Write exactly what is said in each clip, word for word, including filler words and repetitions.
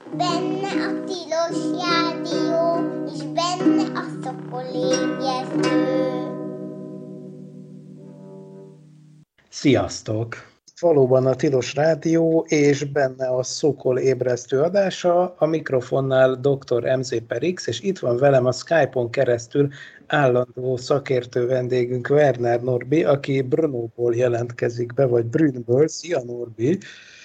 Benne a Tilos Rádió, és benne a Szokol Ébresztő. Sziasztok! Valóban a Tilos Rádió, és benne a Szokol Ébresztő adása, a mikrofonnál doktor em zé per X, és itt van velem a Skype-on keresztül állandó szakértő vendégünk Werner Norbi, aki Brnóból jelentkezik be, vagy Brünnből. Szia, Norbi!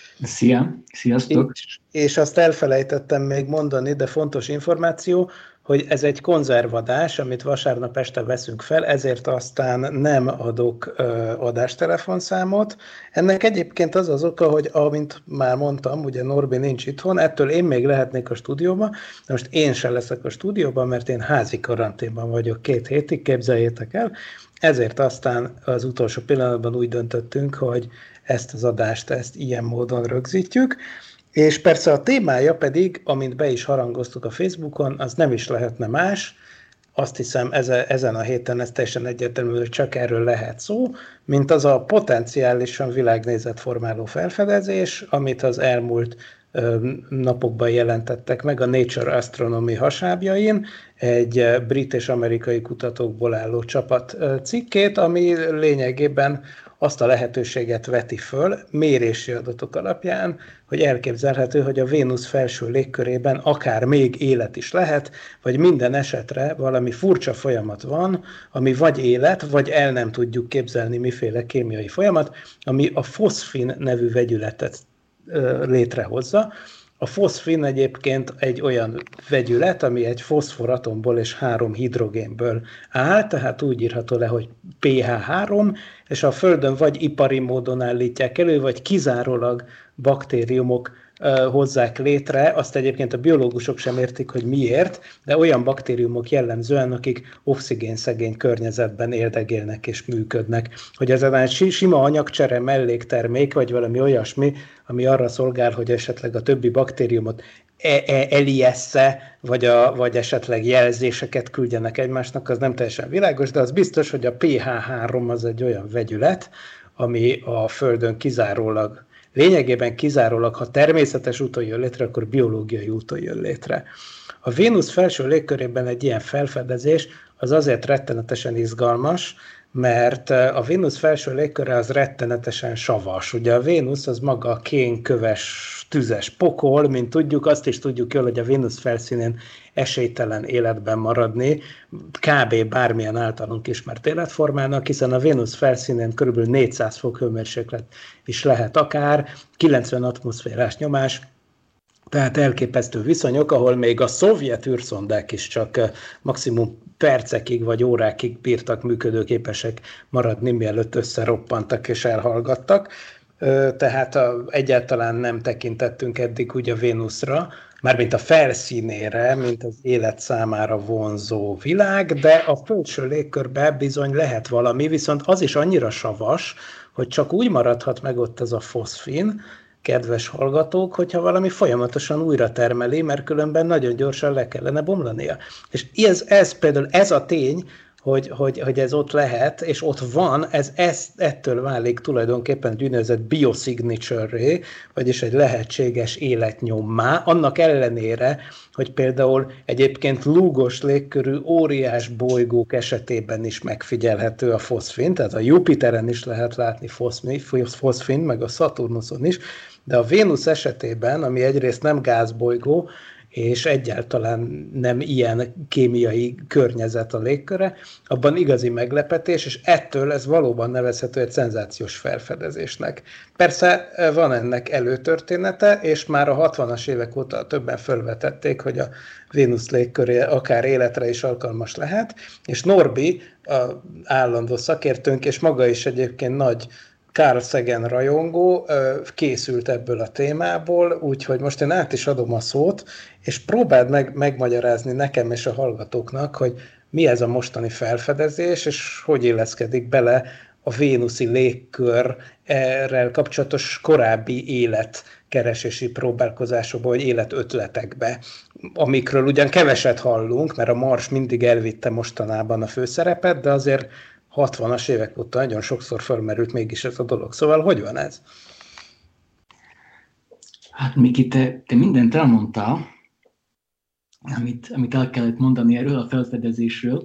Szia! Sziasztok! És, és azt elfelejtettem még mondani, de fontos információ, hogy ez egy konzervadás, amit vasárnap este veszünk fel, ezért aztán nem adok ö, adástelefonszámot. Ennek egyébként az az oka, hogy amint már mondtam, ugye Norbi nincs itthon, ettől én még lehetnék a stúdióban, de most én sem leszek a stúdióban, mert én házi karanténban vagyok két hétig, képzeljétek el. Ezért aztán az utolsó pillanatban úgy döntöttünk, hogy ezt az adást ezt ilyen módon rögzítjük. És persze a témája pedig, amint be is harangoztuk a Facebookon, az nem is lehetne más, azt hiszem ezen a héten ez teljesen egyértelmű, hogy csak erről lehet szó, mint az a potenciálisan világnézetformáló felfedezés, amit az elmúlt napokban jelentettek meg a Nature Astronomy hasábjain, egy brit és amerikai kutatókból álló csapat cikkét, ami lényegében azt a lehetőséget veti föl mérési adatok alapján, hogy elképzelhető, hogy a Vénusz felső légkörében akár még élet is lehet, vagy minden esetre valami furcsa folyamat van, ami vagy élet, vagy el nem tudjuk képzelni miféle kémiai folyamat, ami a foszfin nevű vegyületet ö, létrehozza. A foszfin egyébként egy olyan vegyület, ami egy foszforatomból és három hidrogénből áll, tehát úgy írható le, hogy pé há három, és a Földön vagy ipari módon állítják elő, vagy kizárólag baktériumok hozzák létre, azt egyébként a biológusok sem értik, hogy miért, de olyan baktériumok jellemzően, akik oxigénszegény környezetben éldegélnek és működnek. Hogy ez egy sima anyagcsere melléktermék, vagy valami olyasmi, ami arra szolgál, hogy esetleg a többi baktériumot elijessze, vagy, a, vagy esetleg jelzéseket küldjenek egymásnak, az nem teljesen világos, de az biztos, hogy a pé há három az egy olyan vegyület, ami a Földön kizárólag Lényegében kizárólag, ha természetes úton jön létre, akkor biológiai úton jön létre. A Vénusz felső légkörében egy ilyen felfedezés az azért rettenetesen izgalmas, mert a Vénusz felső légköre az rettenetesen savas. Ugye a Vénusz az maga a kénköves, tüzes pokol, mint tudjuk, azt is tudjuk jól, hogy a Vénusz felszínén esélytelen életben maradni, kb. Bármilyen általunk ismert életformának, hiszen a Vénusz felszínén kb. négyszáz fok hőmérséklet is lehet akár, kilencven atmoszférás nyomás, tehát elképesztő viszonyok, ahol még a szovjet űrszondák is csak maximum percekig vagy órákig bírtak működőképesek maradni, mielőtt összeroppantak és elhallgattak. Tehát egyáltalán nem tekintettünk eddig úgy a Vénuszra, mármint a felszínére, mint az élet számára vonzó világ, de a felső légkörben bizony lehet valami, viszont az is annyira savas, hogy csak úgy maradhat meg ott az a foszfin, kedves hallgatók, hogyha valami folyamatosan újra termeli, mert különben nagyon gyorsan le kellene bomlania. És ez, ez például ez a tény, hogy, hogy, hogy ez ott lehet, és ott van, ez, ez ettől válik tulajdonképpen egy úgynevezett biosignature-ré, vagyis egy lehetséges életnyommá, annak ellenére, hogy például egyébként lúgos légkörű óriás bolygók esetében is megfigyelhető a foszfin, tehát a Jupiteren is lehet látni foszfin, meg a Szaturnuszon is, de a Vénusz esetében, ami egyrészt nem gázbolygó, és egyáltalán nem ilyen kémiai környezet a légköre, abban igazi meglepetés, és ettől ez valóban nevezhető egy szenzációs felfedezésnek. Persze van ennek előtörténete, és már a hatvanas évek óta többen felvetették, hogy a Vénusz légköre akár életre is alkalmas lehet, és Norbi, az állandó szakértőnk, és maga is egyébként nagy Carl Sagan rajongó, készült ebből a témából, úgyhogy most én át is adom a szót, és próbáld meg megmagyarázni nekem és a hallgatóknak, hogy mi ez a mostani felfedezés, és hogy illeszkedik bele a vénuszi légkörrel kapcsolatos korábbi életkeresési próbálkozásokba, vagy életötletekbe, amikről ugyan keveset hallunk, mert a Mars mindig elvitte mostanában a főszerepet, de azért hatvanas évek óta nagyon sokszor felmerült mégis ez a dolog. Szóval hogy van ez? Hát Miki, te, te mindent elmondtál, amit, amit el kellett mondani erről a felfedezésről.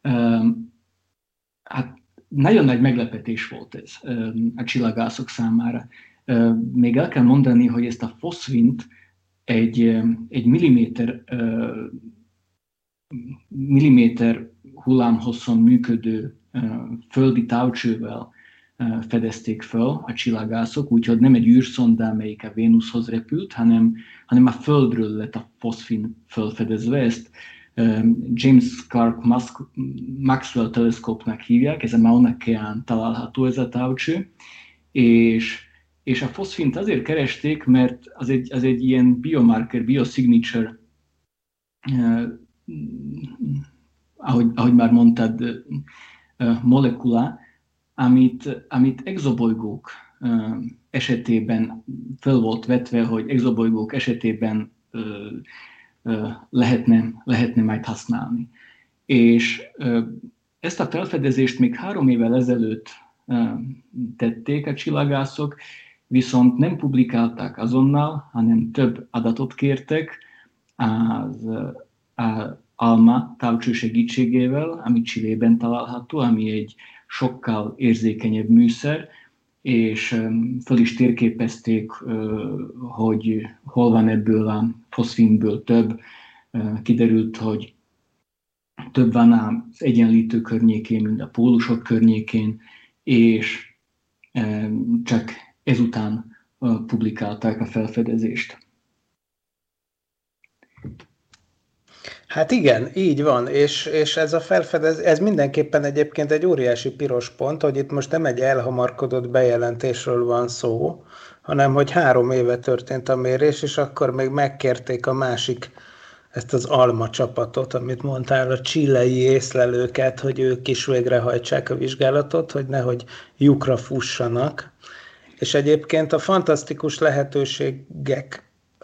Hát nagyon nagy meglepetés volt ez a csillagászok számára. Még el kell mondani, hogy ezt a foszfint egy, egy milliméter, milliméter hullámhosszon működő földi távcsővel fedezték föl a csillagászok, úgyhogy nem egy űrszonda, amelyik a Vénuszhoz repült, hanem, hanem a Földről lett a foszfin fölfedezve. Ezt James Clerk Maxwell teleszkópnak hívják, ez a Mauna Keán található ez a távcső, és, és a foszfint azért keresték, mert az egy, az egy ilyen biomarker, biosignature, eh, ahogy, ahogy már mondtad, eh, molekula, amit, amit exobolygók eh, esetében fel volt vetve, hogy exobolygók esetében eh, lehetne, lehetne majd használni. És ezt a felfedezést még három évvel ezelőtt tették a csillagászok, viszont nem publikálták azonnal, hanem több adatot kértek az, az ALMA távcső segítségével, ami Chilében található, ami egy sokkal érzékenyebb műszer, és föl is térképezték, hogy hol van ebből a foszfinből több. Kiderült, hogy több van az egyenlítő környékén, mint a pólusok környékén, és csak ezután publikálták a felfedezést. Hát igen, így van, és, és ez a felfedez, ez mindenképpen egyébként egy óriási piros pont, hogy itt most nem egy elhamarkodott bejelentésről van szó, hanem hogy három éve történt a mérés, és akkor még megkérték a másik, ezt az ALMA csapatot, amit mondtál, a chilei észlelőket, hogy ők is végrehajtsák a vizsgálatot, hogy nehogy lyukra fussanak. És egyébként a fantasztikus lehetőségek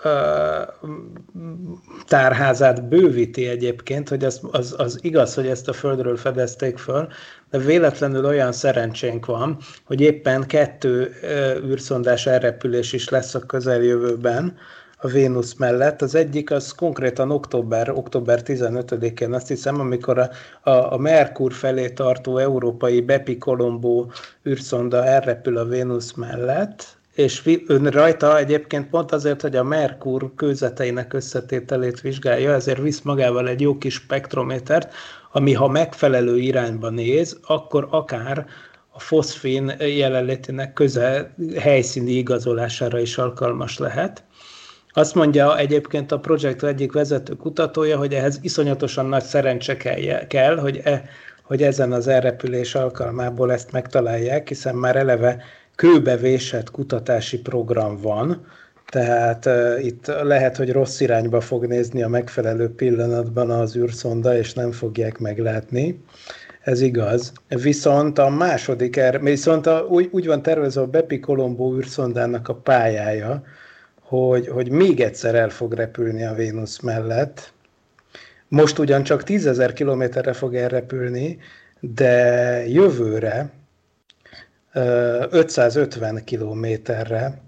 tárházát bűvíti egyébként, hogy az, az, az igaz, hogy ezt a Földről fedezték föl, de véletlenül olyan szerencsénk van, hogy éppen kettő űrszondás elrepülés is lesz a közeljövőben a Vénusz mellett. Az egyik az konkrétan október, október tizenötödikén, azt hiszem, amikor a, a, a Merkur felé tartó európai Bepi-Colombo űrszonda elrepül a Vénusz mellett, és ön rajta egyébként pont azért, hogy a Merkur kőzeteinek összetételét vizsgálja, ezért visz magával egy jó kis spektrométert, ami ha megfelelő irányba néz, akkor akár a foszfin jelenlétének közel helyszíni igazolására is alkalmas lehet. Azt mondja egyébként a projekt egyik vezető kutatója, hogy ehhez iszonyatosan nagy szerencse kell, hogy, e, hogy ezen az elrepülés alkalmából ezt megtalálják, hiszen már eleve kőbevésett kutatási program van, tehát uh, itt lehet, hogy rossz irányba fog nézni a megfelelő pillanatban az űrszonda, és nem fogják meglátni. Ez igaz. Viszont a második, viszont a, úgy, úgy van tervezve a Bepi-Colombo űrszondának a pályája, hogy, hogy még egyszer el fog repülni a Vénusz mellett. Most ugyancsak tízezer kilométerre fog elrepülni, de jövőre ötszázötven kilométerre,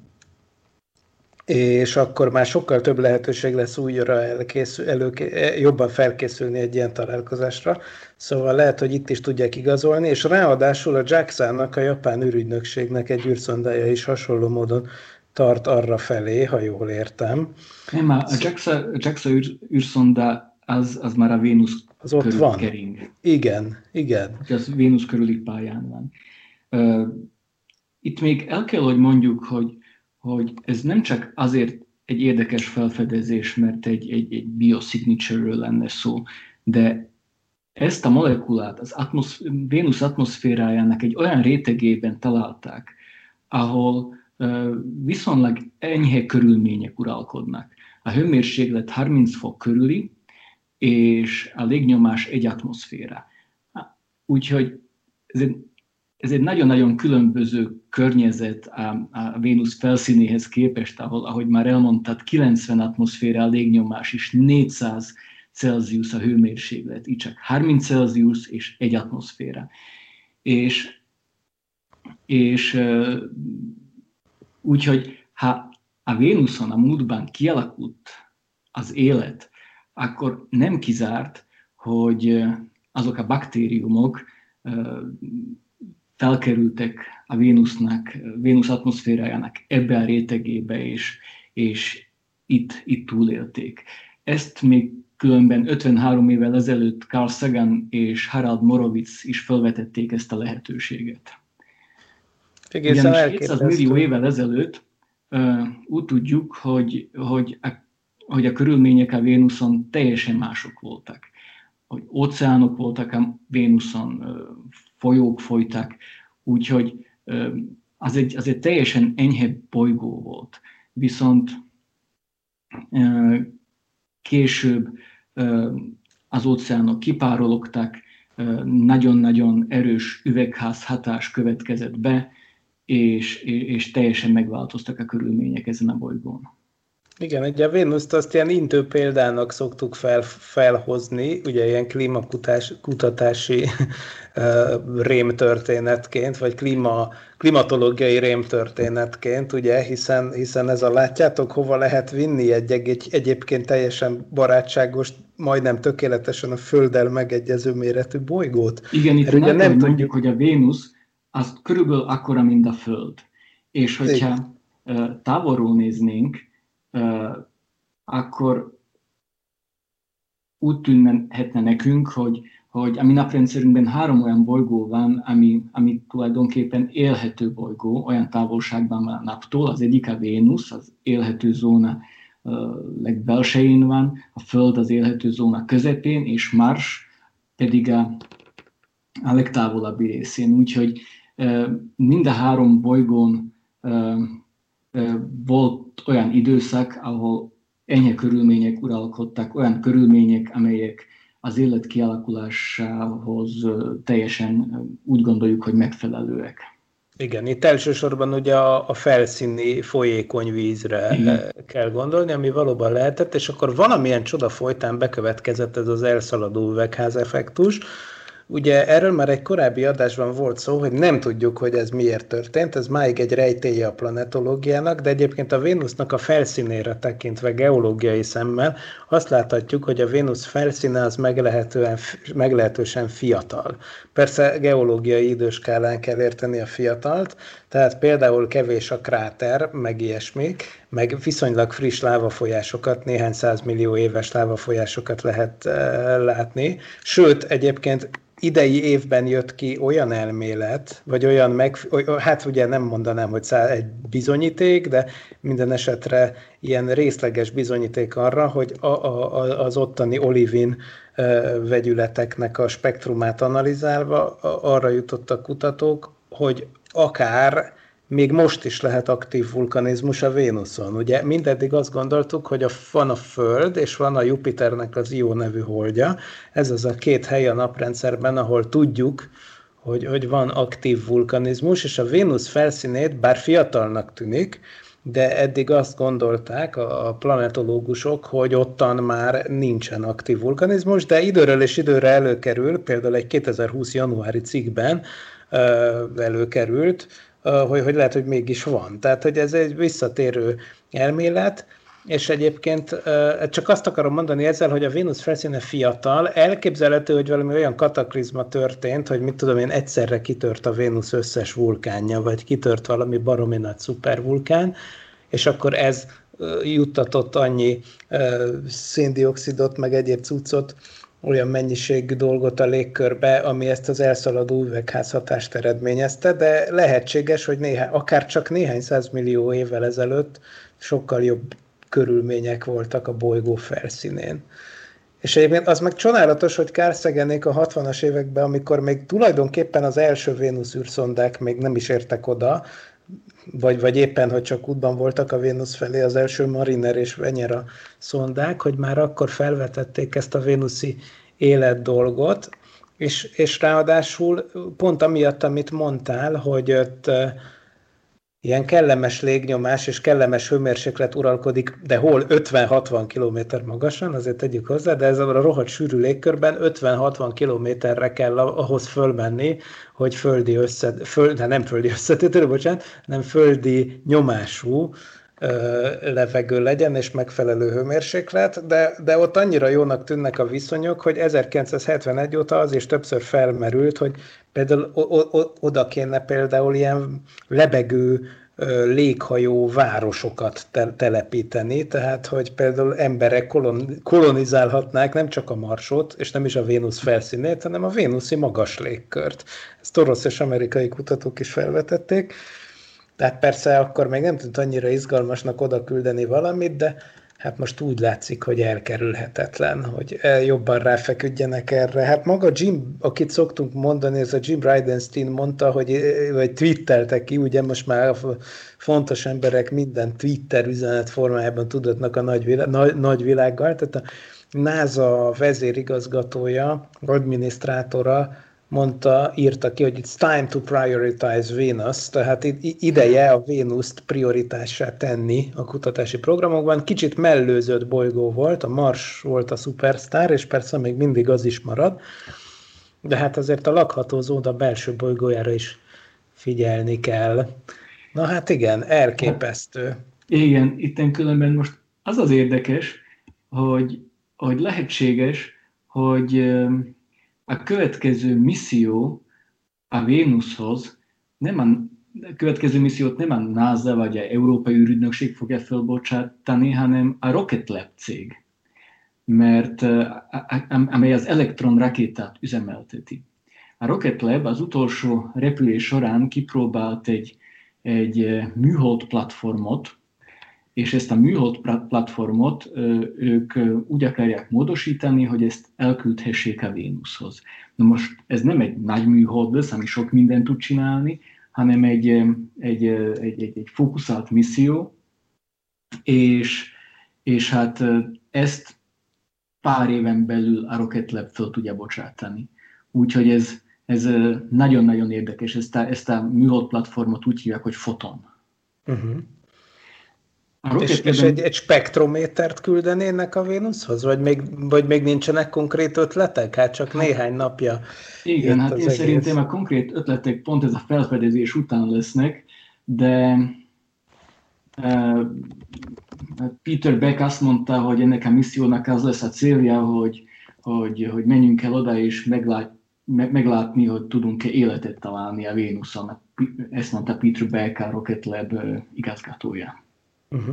és akkor már sokkal több lehetőség lesz újra elkészül, elő, jobban felkészülni egy ilyen találkozásra. Szóval lehet, hogy itt is tudják igazolni, és ráadásul a JAXA-nak, a japán űrügynökségnek egy űrszondája is hasonló módon tart arra felé, ha jól értem. Nem, a JAXA, a JAXA űr, űrszonda az, az már a Vénusz az ott körül van. kering. Igen, igen. Az Vénusz körüli pályán van. Uh, itt még el kell, hogy mondjuk, hogy, hogy ez nem csak azért egy érdekes felfedezés, mert egy, egy, egy biosignature-ről lenne szó, de ezt a molekulát az atmosz, Vénusz atmoszférájának egy olyan rétegében találták, ahol uh, viszonylag enyhe körülmények uralkodnak. A hőmérséklet harminc fok körüli, és a légnyomás egy atmoszféra. Úgyhogy ez egy Ez egy nagyon-nagyon különböző környezet a, a Vénusz felszínéhez képest, ahol, ahogy már elmondtad, kilencven atmoszféra a légnyomás és négyszáz Celsius a hőmérséklet, így csak harminc Celsius és egy atmoszféra. És, és úgyhogy ha, a Vénuszon a múltban kialakult az élet, akkor nem kizárt, hogy azok a baktériumok felkerültek a Vénusznak, Vénusz atmoszférájának ebbe a rétegébe, és, és itt, itt túlélték. Ezt még különben ötvenhárom évvel ezelőtt Carl Sagan és Harald Morowitz is felvetették ezt a lehetőséget. Ugyanis kétszáz millió évvel ezelőtt uh, úgy tudjuk, hogy, hogy, a, hogy a körülmények a Vénuszon teljesen mások voltak. Hogy óceánok voltak a Vénuszon, uh, folyók folytak, úgyhogy uh, az, egy, az egy teljesen enyhe bolygó volt. Viszont uh, később uh, az óceánok kipárologtak, uh, nagyon-nagyon erős üvegházhatás következett be, És, és teljesen megváltoztak a körülmények ezen a bolygón. Igen, ugye a Vénuszt azt ilyen intő példának szoktuk fel, felhozni, ugye ilyen klímakutatási uh, rémtörténetként, vagy klíma, klimatológiai rémtörténetként, ugye, hiszen, hiszen ez a látjátok, hova lehet vinni egy, egy egyébként teljesen barátságos, majdnem tökéletesen a Földdel megegyező méretű bolygót. Igen, itt nem, nem tudjuk, mondjuk, hogy a Vénusz az körülbelül akkora, mint a Föld. És hogyha uh, távolról néznénk, uh, akkor úgy tűnhetne nekünk, hogy, hogy a mi naprendszerünkben három olyan bolygó van, ami, ami tulajdonképpen élhető bolygó, olyan távolságban van a naptól. Az egyik a Vénusz, az élhető zóna uh, legbelsején van, a Föld az élhető zóna közepén, és Mars pedig a, a legtávolabbi részén. Úgyhogy mind a három bolygón volt olyan időszak, ahol enyhe körülmények uralkodtak, olyan körülmények, amelyek az élet kialakulásához teljesen úgy gondoljuk, hogy megfelelőek. Igen, itt elsősorban ugye a, a felszíni folyékony vízre Igen. kell gondolni, ami valóban lehetett, és akkor valamilyen csoda folytán bekövetkezett ez az elszaladó üvegházeffektus. Ugye erről már egy korábbi adásban volt szó, hogy nem tudjuk, hogy ez miért történt, ez máig egy rejtélye a planetológiának, de egyébként a Vénusznak a felszínére tekintve geológiai szemmel azt láthatjuk, hogy a Vénusz felszíne az meglehetősen fiatal. Persze geológiai időskálán kell érteni a fiatalt, tehát például kevés a kráter, meg ilyesmik, meg viszonylag friss lávafolyásokat, néhány százmillió éves lávafolyásokat lehet uh, látni. Sőt, egyébként idei évben jött ki olyan elmélet, vagy olyan meg, hát ugye nem mondanám, hogy egy bizonyíték, de minden esetre ilyen részleges bizonyíték arra, hogy a, a, az ottani olivin uh, vegyületeknek a spektrumát analizálva arra jutottak kutatók, hogy akár még most is lehet aktív vulkanizmus a Vénuszon. Ugye mindeddig azt gondoltuk, hogy a, van a Föld, és van a Jupiternek az Io nevű holdja. Ez az a két hely a naprendszerben, ahol tudjuk, hogy, hogy van aktív vulkanizmus, és a Vénusz felszínét, bár fiatalnak tűnik, de eddig azt gondolták a planetológusok, hogy ottan már nincsen aktív vulkanizmus, de időről és időre előkerül, például egy kétezer-húsz januári cikkben előkerült, hogy, hogy lehet, hogy mégis van. Tehát, hogy ez egy visszatérő elmélet, és egyébként csak azt akarom mondani ezzel, hogy a Vénusz felszíne fiatal, elképzelhető, hogy valami olyan kataklizma történt, hogy mit tudom én, egyszerre kitört a Vénusz összes vulkánja, vagy kitört valami baromi nagy szupervulkán, és akkor ez juttatott annyi széndioxidot, meg egyéb cuccot, olyan mennyiségű dolgot a légkörbe, ami ezt az elszaladó üvegházhatást eredményezte, de lehetséges, hogy néhány, akár csak néhány százmillió évvel ezelőtt sokkal jobb körülmények voltak a bolygó felszínén. És egyébként az meg csodálatos, hogy Carl Saganék a hatvanas években, amikor még tulajdonképpen az első Vénusz űrszondák még nem is értek oda, vagy, vagy éppen, hogy csak útban voltak a Vénusz felé az első Mariner és Venera szondák, hogy már akkor felvetették ezt a vénuszi élet dolgot, és, és ráadásul pont amiatt, amit mondtál, hogy ott ilyen kellemes légnyomás és kellemes hőmérséklet uralkodik, de hol ötven-hatvan kilométer magasan, azért tegyük hozzá, de ez a rohadt sűrű légkörben ötven-hatvan kilométerre kell ahhoz fölmenni, hogy földi összet, föld, nem földi összetételő, bocsánat, hanem földi nyomású levegő legyen, és megfelelő hőmérséklet, de, de ott annyira jónak tűnnek a viszonyok, hogy ezerkilencszázhetvenegy óta az is többször felmerült, hogy például oda kéne például ilyen lebegő léghajó városokat te- telepíteni, tehát hogy például emberek kolon- kolonizálhatnák nem csak a Marsot, és nem is a Vénusz felszínét, hanem a vénuszi magas légkört. Ezt orosz és amerikai kutatók is felvetették. Tehát persze akkor még nem tűnt annyira izgalmasnak oda küldeni valamit, de hát most úgy látszik, hogy elkerülhetetlen, hogy jobban ráfeküdjenek erre. Hát maga Jim, akit szoktunk mondani, ez a Jim Bridenstine mondta, hogy, vagy twittelte ki, ugye most már a fontos emberek minden Twitter üzenet formájában tudatnak a nagyvilág, nagy, nagyvilággal, tehát a NASA vezérigazgatója, adminisztrátora mondta, írta ki, hogy it's time to prioritize Venus, tehát ideje a Vénuszt prioritássá tenni a kutatási programokban. Kicsit mellőzött bolygó volt, a Mars volt a szupersztár, és persze még mindig az is marad, de hát azért a lakható zóna belső bolygójára is figyelni kell. Na hát igen, elképesztő. Igen, itten különben most az az érdekes, hogy, hogy lehetséges, hogy a következő misszió a Vénuszhoz, nem a, a következő missziót nem a NASA vagy a Európai űrügynökség fogja felbocsátani, hanem a Rocket Lab cég, mert, amely az Electron rakétát üzemelteti. A Rocket Lab az utolsó repülés során kipróbált egy, egy műhold platformot, és ezt a műhold platformot ők úgy akarják módosítani, hogy ezt elküldhessék a Vénuszhoz. Na most ez nem egy nagy műhold lesz, ami sok mindent tud csinálni, hanem egy, egy, egy, egy, egy fókuszált misszió, és, és hát ezt pár éven belül a Rocket Lab fel tudja bocsátani. Úgyhogy ez, ez nagyon-nagyon érdekes. Ezt a, ezt a műhold platformot úgy hívják, hogy Photon. Uh-huh. És, és egy, egy spektrométert küldenének a Vénuszhoz? Vagy még, vagy még nincsenek konkrét ötletek? Hát csak néhány napja. Igen, hát én egész. Szerintem a konkrét ötletek pont ez a felfedezés után lesznek, de uh, Peter Beck azt mondta, hogy ennek a missziónak az lesz a célja, hogy, hogy, hogy menjünk el oda és meglát, me, meglátni, hogy tudunk-e életet találni a Vénuszon. Ezt mondta Peter Beck, a Rocket Lab uh, igazgatója. Uh-huh.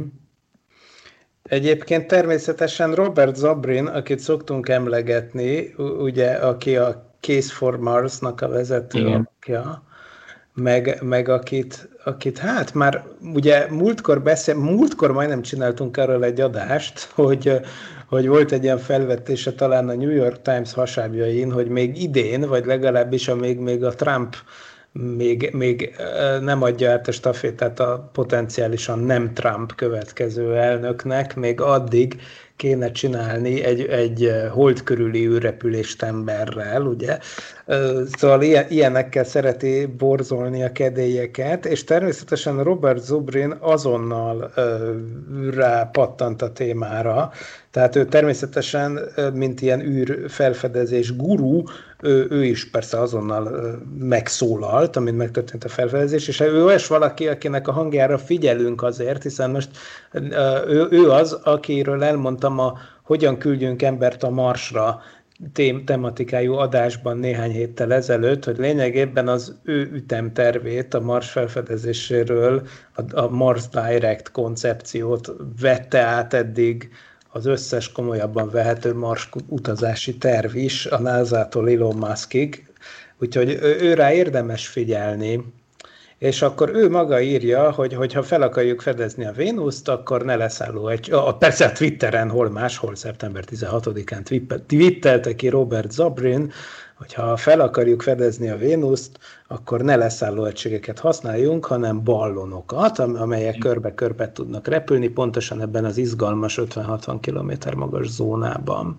Egyébként természetesen Robert Zobrin, akit szoktunk emlegetni, ugye, aki a Case for Mars-nak a vezető alakja, meg, meg akit, akit hát már ugye múltkor beszél, múltkor majdnem csináltunk erről egy adást, hogy, hogy volt egy ilyen felvetése talán a New York Times hasábjain, hogy még idén, vagy legalábbis amíg még a Trump Még, még nem adja át a stafétát a potenciálisan nem Trump következő elnöknek, még addig kéne csinálni egy, egy hold körüli űrrepülést emberrel, ugye? Szóval ilyenekkel szereti borzolni a kedélyeket, és természetesen Robert Zubrin azonnal rápattant a témára, tehát ő természetesen, mint ilyen űrfelfedezés guru, ő, ő is persze azonnal megszólalt, amint megtörtént a felfedezés, és ő olyas valaki, akinek a hangjára figyelünk azért, hiszen most ő, ő az, akiről elmondtam a Hogyan küldjünk embert a Marsra tematikájú adásban néhány héttel ezelőtt, hogy lényegében az ő ütemtervét a Mars felfedezéséről, a, a Mars Direct koncepciót vette át eddig az összes komolyabban vehető Mars utazási terv is, a NASA-tól Elon Muskig, úgyhogy őrá érdemes figyelni. És akkor ő maga írja, hogy, hogy ha fel akarjuk fedezni a Vénuszt, akkor ne leszálló egy... Persze a Twitteren, hol máshol, szeptember tizenhatodikán twittelte ki Robert Zobrin, hogy ha fel akarjuk fedezni a Vénuszt, akkor ne leszálló egységeket használjunk, hanem ballonokat, amelyek körbe-körbe tudnak repülni, pontosan ebben az izgalmas ötven-hatvan kilométer magas zónában.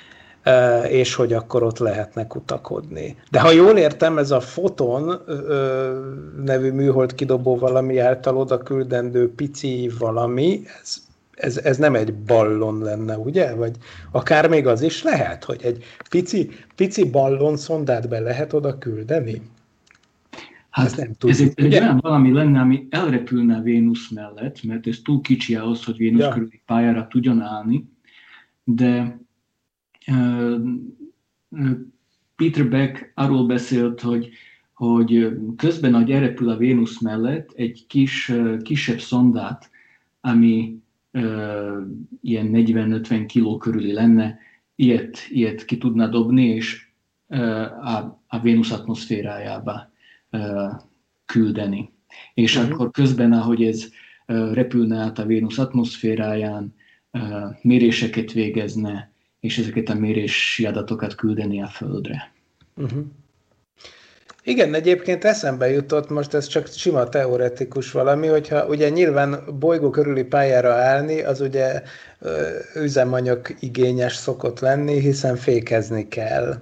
És hogy akkor ott lehetne kutakodni. De ha jól értem, ez a Photon nevű műhold kidobó valami által oda küldendő pici valami, ez, ez, ez nem egy ballon lenne, ugye? Vagy akár még az is lehet, hogy egy pici, pici ballon szondát be lehet oda küldeni? Hát nem tudjuk, ez, egy, ez egy olyan valami lenne, ami elrepülne a Vénusz mellett, mert ez túl kicsi ahhoz, hogy Vénusz ja. körüli pályára tudjon állni, de uh, Peter Beck arról beszélt, hogy, hogy közben, ahogy elrepül a Vénusz mellett, egy kis, kisebb szondát, ami uh, ilyen negyven-ötven kiló körüli lenne, ilyet, ilyet ki tudna dobni, és uh, a, a Vénusz atmoszférájába uh, küldeni. És uh-huh. akkor közben, ahogy ez uh, repülne át a Vénusz atmoszféráján, uh, méréseket végezne, és ezeket a mérési adatokat küldeni a Földre. Uh-huh. Igen, egyébként eszembe jutott, most ez csak sima teoretikus valami, hogyha ugye nyilván bolygó körüli pályára állni, az ugye üzemanyag igényes szokott lenni, hiszen fékezni kell.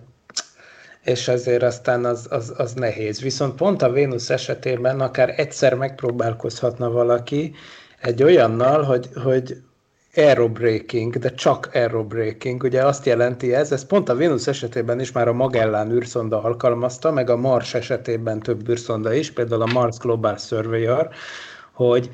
És ezért aztán az, az, az nehéz. Viszont pont a Vénusz esetében akár egyszer megpróbálkozhatna valaki egy olyannal, hogy, hogy aerobraking, de csak aerobraking, ugye azt jelenti ez, ez pont a Vénusz esetében is már a Magellan űrszonda alkalmazta, meg a Mars esetében több űrszonda is, például a Mars Global Surveyor, hogy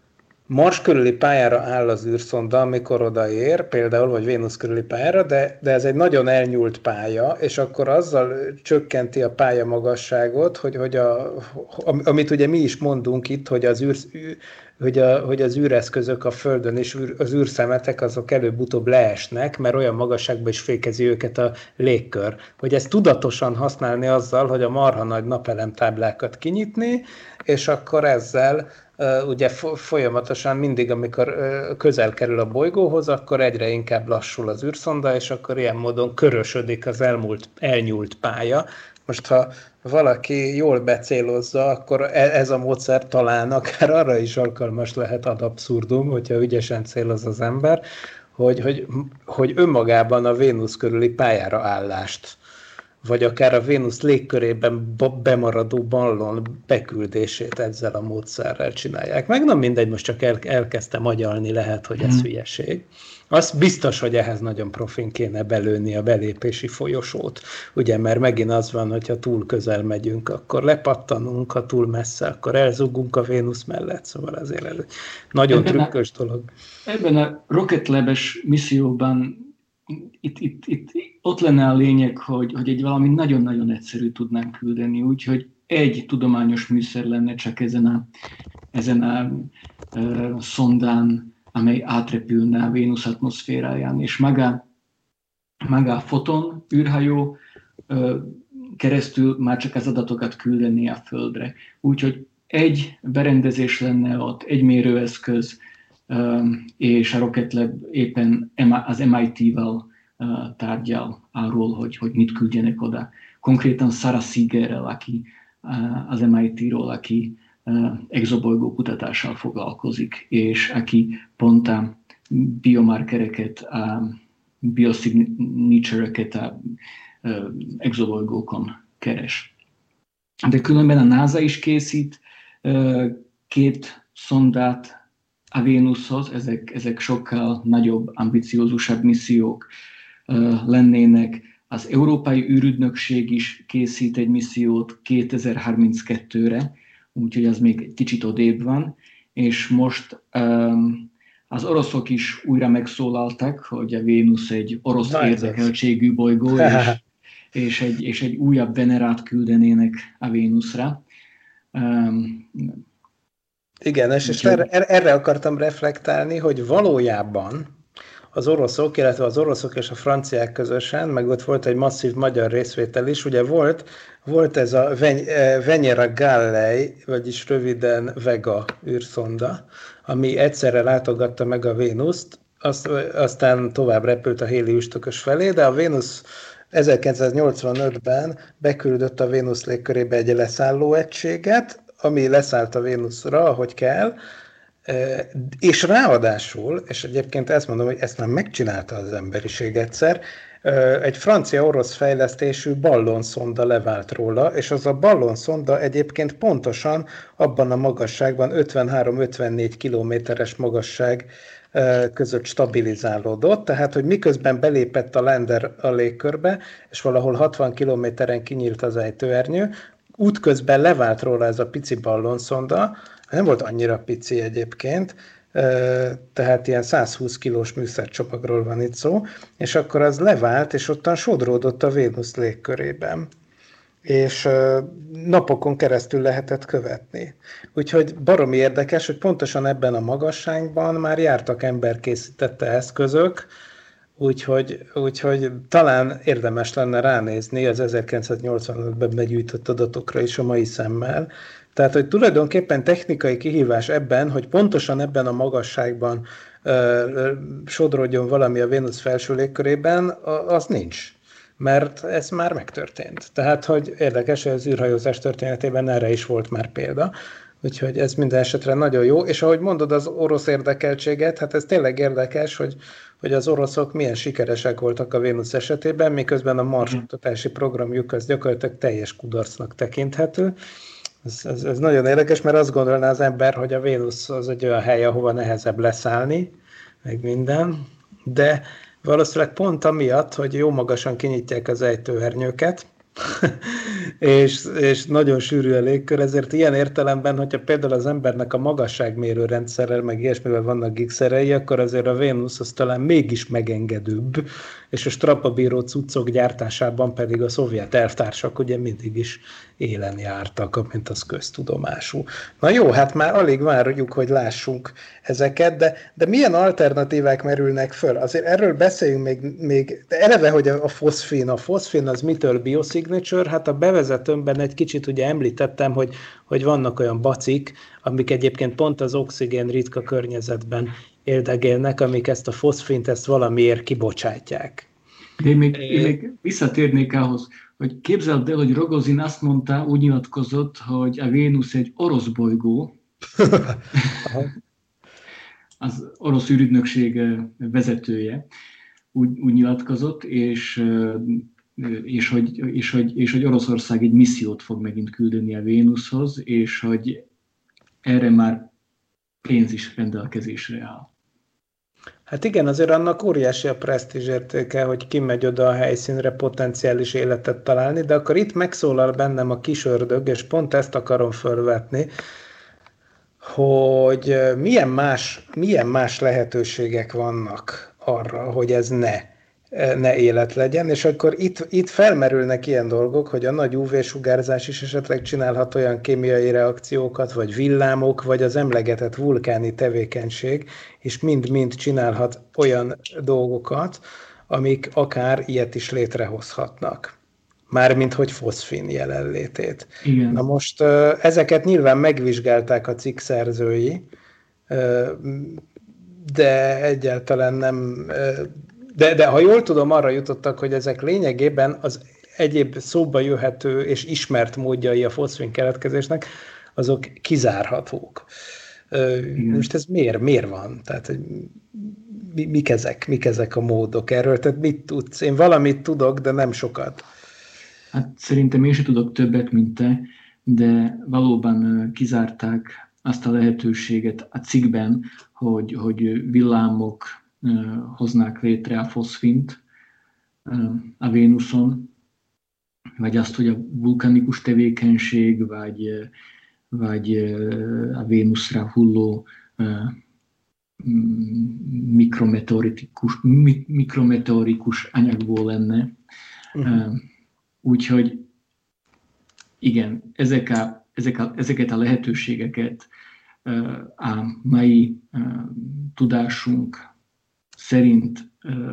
Mars körüli pályára áll az űrszonda, amikor odaér, például, vagy Vénusz körüli pályára, de, de ez egy nagyon elnyúlt pálya, és akkor azzal csökkenti a pálya magasságot, hogy, hogy a, amit ugye mi is mondunk itt, hogy az, űr, hogy a, hogy az űreszközök a Földön és az űrszemetek azok előbb-utóbb leesnek, mert olyan magasságban is fékezi őket a légkör. Hogy ezt tudatosan használni azzal, hogy a marha nagy napelemtáblákat kinyitni, és akkor ezzel Uh, ugye folyamatosan mindig, amikor uh, közel kerül a bolygóhoz, akkor egyre inkább lassul az űrszonda, és akkor ilyen módon körösödik az elmúlt, elnyúlt pálya. Most, ha valaki jól becélozza, akkor ez a módszer talán akár arra is alkalmas lehet ad abszurdum, hogyha ügyesen céloz az ember, hogy, hogy, hogy önmagában a Vénusz körüli pályára állást, vagy akár a Vénusz légkörében bemaradó ballon beküldését ezzel a módszerrel csinálják. Meg nem mindegy, most csak el, elkezdtem agyalni, lehet, hogy ez hülyeség. Az biztos, hogy ehhez nagyon profin kéne belőni a belépési folyosót, ugye, mert megint az van, hogyha túl közel megyünk, akkor lepattanunk, ha túl messze, akkor elzugunk a Vénusz mellett, szóval azért ez nagyon ebben trükkös a, dolog. Ebben a Rocket Lab-es misszióban Itt, itt, itt, ott lenne a lényeg, hogy, hogy egy valami nagyon-nagyon egyszerű tudnánk küldeni, úgyhogy egy tudományos műszer lenne csak ezen a, ezen a uh, szondán, amely átrepülne a Vénusz atmoszféráján, és maga, maga a Foton űrhajó uh, keresztül már csak az adatokat küldeni a Földre. Úgyhogy egy berendezés lenne ott, egy mérőeszköz, Uh, és a Rocket Lab éppen az em i té-vel uh, tárgyal arról, hogy, hogy mit küldjenek oda. Konkrétan Sarah Seegerrel, aki uh, az em i té-ról, aki uh, exobolygó kutatással foglalkozik, és aki pont a biomarkereket, a biosignature-eket a uh, exobolygókon keres. De különben a NASA is készít uh, két szondát a Vénuszhoz, ezek, ezek sokkal nagyobb, ambiciózusabb missziók uh, lennének. Az Európai űrügynökség is készít egy missziót kétezer-harminckettőre, úgyhogy az még egy kicsit odébb van, és most um, az oroszok is újra megszólaltak, hogy a Vénusz egy orosz nice. érdekeltségű bolygó, és, és, egy, és egy újabb venerát küldenének a Vénuszra. Um, Igen, és, és erre, erre akartam reflektálni, hogy valójában az oroszok, illetve az oroszok és a franciák közösen, meg ott volt egy masszív magyar részvétel is, ugye volt, volt ez a Venera Galley, vagyis röviden Vega űrszonda, ami egyszerre látogatta meg a Vénuszt, azt, aztán tovább repült a Halley üstökös felé, de a Vénusz ezerkilencszáznyolcvanötben beküldött a Vénusz légkörébe egy leszálló egységet, ami leszállt a Vénuszra, ahogy kell, és ráadásul, és egyébként ezt mondom, hogy ezt már megcsinálta az emberiség egyszer, egy francia-orosz fejlesztésű ballonszonda levált róla, és az a ballonszonda egyébként pontosan abban a magasságban, ötvenhárom-ötvennégy kilométeres magasság között stabilizálódott, tehát, hogy miközben belépett a lander a légkörbe, és valahol hatvan kilométeren kinyílt az ejtőernyő, útközben levált róla ez a pici ballonszonda, nem volt annyira pici egyébként, tehát ilyen százhúsz kilós műszercsomagról van itt szó, és akkor az levált, és ottan sodródott a Vénusz légkörében. És napokon keresztül lehetett követni. Úgyhogy baromi érdekes, hogy pontosan ebben a magasságban már jártak emberkészítette eszközök, úgyhogy, úgyhogy talán érdemes lenne ránézni az ezerkilencszáznyolcvanötben begyűjtött adatokra is a mai szemmel. Tehát, hogy tulajdonképpen technikai kihívás ebben, hogy pontosan ebben a magasságban ö, sodródjon valami a Vénusz felső légkörében, az nincs. Mert ez már megtörtént. Tehát, hogy érdekes, hogy az űrhajózás történetében erre is volt már példa. Úgyhogy ez minden esetre nagyon jó. És ahogy mondod az orosz érdekeltséget, hát ez tényleg érdekes, hogy, hogy az oroszok milyen sikeresek voltak a Vénusz esetében, miközben a Mars kutatási programjuk az gyakorlatilag teljes kudarcnak tekinthető. Ez, ez, ez nagyon érdekes, mert azt gondolná az ember, hogy a Vénusz az egy olyan hely, ahova nehezebb leszállni, meg minden, de valószínűleg pont amiatt, hogy jó magasan kinyitják az ejtőernyőket, és, és nagyon sűrű a légkör, ezért ilyen értelemben, hogyha például az embernek a magasságmérő rendszerrel, meg ilyesmivel vannak gigszerei, akkor azért a Vénusz az talán mégis megengedőbb, és a strapabíró cuccok gyártásában pedig a szovjet elvtársak ugye mindig is élen jártak, mint az köztudomású. Na jó, hát már alig várjuk, hogy lássunk ezeket, de, de milyen alternatívák merülnek föl? Azért erről beszéljünk még, még de eleve, hogy a, a foszfin, a foszfin az mitől biosignature? Hát a bevezetőmben egy kicsit ugye említettem, hogy, hogy vannak olyan bacik, amik egyébként pont az oxigén ritka környezetben éldegélnek, amik ezt a foszfint, ezt valamiért kibocsátják. De én még, én még visszatérnék ahhoz, hogy képzeld el, hogy Rogozin azt mondta, úgy nyilatkozott, hogy a Vénusz egy orosz bolygó. Az orosz űrügynökség vezetője úgy, úgy nyilatkozott, és, és, hogy, és, hogy, és hogy Oroszország egy missziót fog megint küldeni a Vénuszhoz, és hogy erre már pénz is rendelkezésre áll. Hát igen, azért annak óriási a presztízs értéke, hogy kimegy oda a helyszínre potenciális életet találni, de akkor itt megszólal bennem a kis ördög, és pont ezt akarom fölvetni, hogy milyen más, milyen más lehetőségek vannak arra, hogy ez ne, ne élet legyen, és akkor itt, itt felmerülnek ilyen dolgok, hogy a nagy ú vé-sugárzás is esetleg csinálhat olyan kémiai reakciókat, vagy villámok, vagy az emlegetett vulkáni tevékenység, és mind-mind csinálhat olyan dolgokat, amik akár ilyet is létrehozhatnak. Mármint, hogy foszfin jelenlétét. Igen. Na most ezeket nyilván megvizsgálták a cikk szerzői, de egyáltalán nem... De, de ha jól tudom, arra jutottak, hogy ezek lényegében az egyéb szóba jöhető és ismert módjai a foszfin keletkezésnek, azok kizárhatók. Igen. Most ez miért, miért van? Tehát, hogy mi, mik, ezek, mik ezek a módok erről? Tehát mit tudsz? Én valamit tudok, de nem sokat. Hát szerintem én sem tudok többet, mint te, de valóban kizárták azt a lehetőséget a cikkben, hogy, hogy villámok hoznák létre a foszfint a Vénuszon, vagy azt, hogy a vulkanikus tevékenység, vagy, vagy a Vénuszra hulló mikrometeorikus, mikrometeorikus anyagból lenne. Uh-huh. Úgyhogy igen, ezek a, ezek a, ezeket a lehetőségeket a mai tudásunk szerint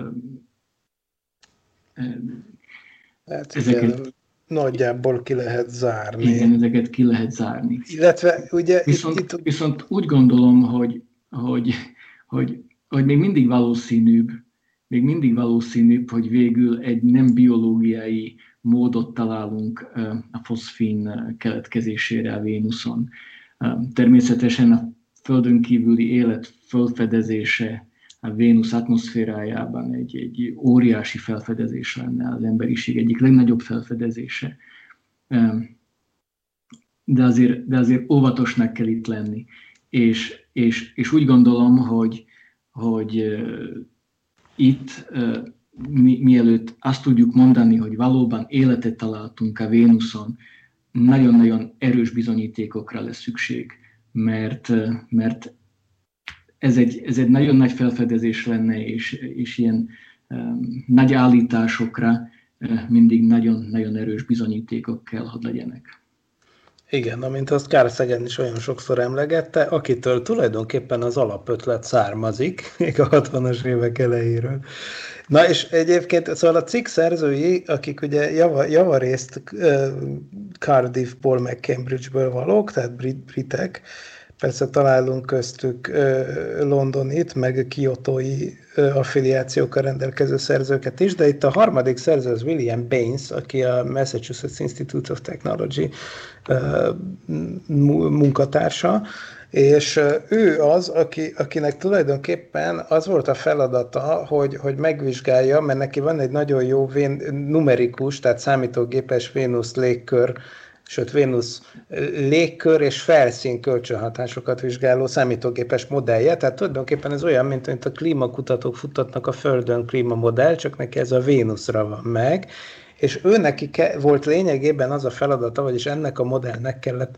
hát ezeket, igen, nagyjából ki lehet zárni. Igen, ezeket ki lehet zárni. Illetve ugye... Viszont, itt, itt... viszont úgy gondolom, hogy, hogy, hogy, hogy még mindig valószínűbb, még mindig valószínűbb, hogy végül egy nem biológiai módot találunk a foszfin keletkezésére a Vénuszon. Természetesen a Földön kívüli élet felfedezése a Vénusz atmoszférájában egy, egy óriási felfedezés lenne, az emberiség egyik legnagyobb felfedezése. De azért, de azért óvatosnak kell itt lenni. És, és, és úgy gondolom, hogy, hogy itt mi, mielőtt azt tudjuk mondani, hogy valóban életet találtunk a Vénuszon, nagyon-nagyon erős bizonyítékokra lesz szükség, mert, mert ez, egy, ez egy nagyon nagy felfedezés lenne, és, és ilyen um, nagy állításokra uh, mindig nagyon-nagyon erős bizonyítékok kell, hogy legyenek. Igen, amint azt Carl Sagan is olyan sokszor emlegette, akitől tulajdonképpen az alapötlet származik, még a hatvanas évek elejéről. Na és egyébként, szóval a cikk szerzői, akik ugye java, javarészt uh, Cardiffból meg Cambridgeből valók, tehát brit, britek, persze találunk köztük uh, londonit, meg kiotói uh, affiliációkkal rendelkező szerzőket is, de itt a harmadik szerző az William Baines, aki a Massachusetts Institute of Technology uh, munkatársa, és ő az, aki, akinek tulajdonképpen az volt a feladata, hogy, hogy megvizsgálja, mert neki van egy nagyon jó vén, numerikus, tehát számítógépes Vénusz légkör, sőt Vénusz légkör és felszín kölcsönhatásokat vizsgáló számítógépes modellje, tehát tulajdonképpen ez olyan, mint, mint a klímakutatók futtatnak a Földön klímamodell, csak neki ez a Vénuszra van meg, és ő neki ke- volt lényegében az a feladata, vagyis ennek a modellnek kellett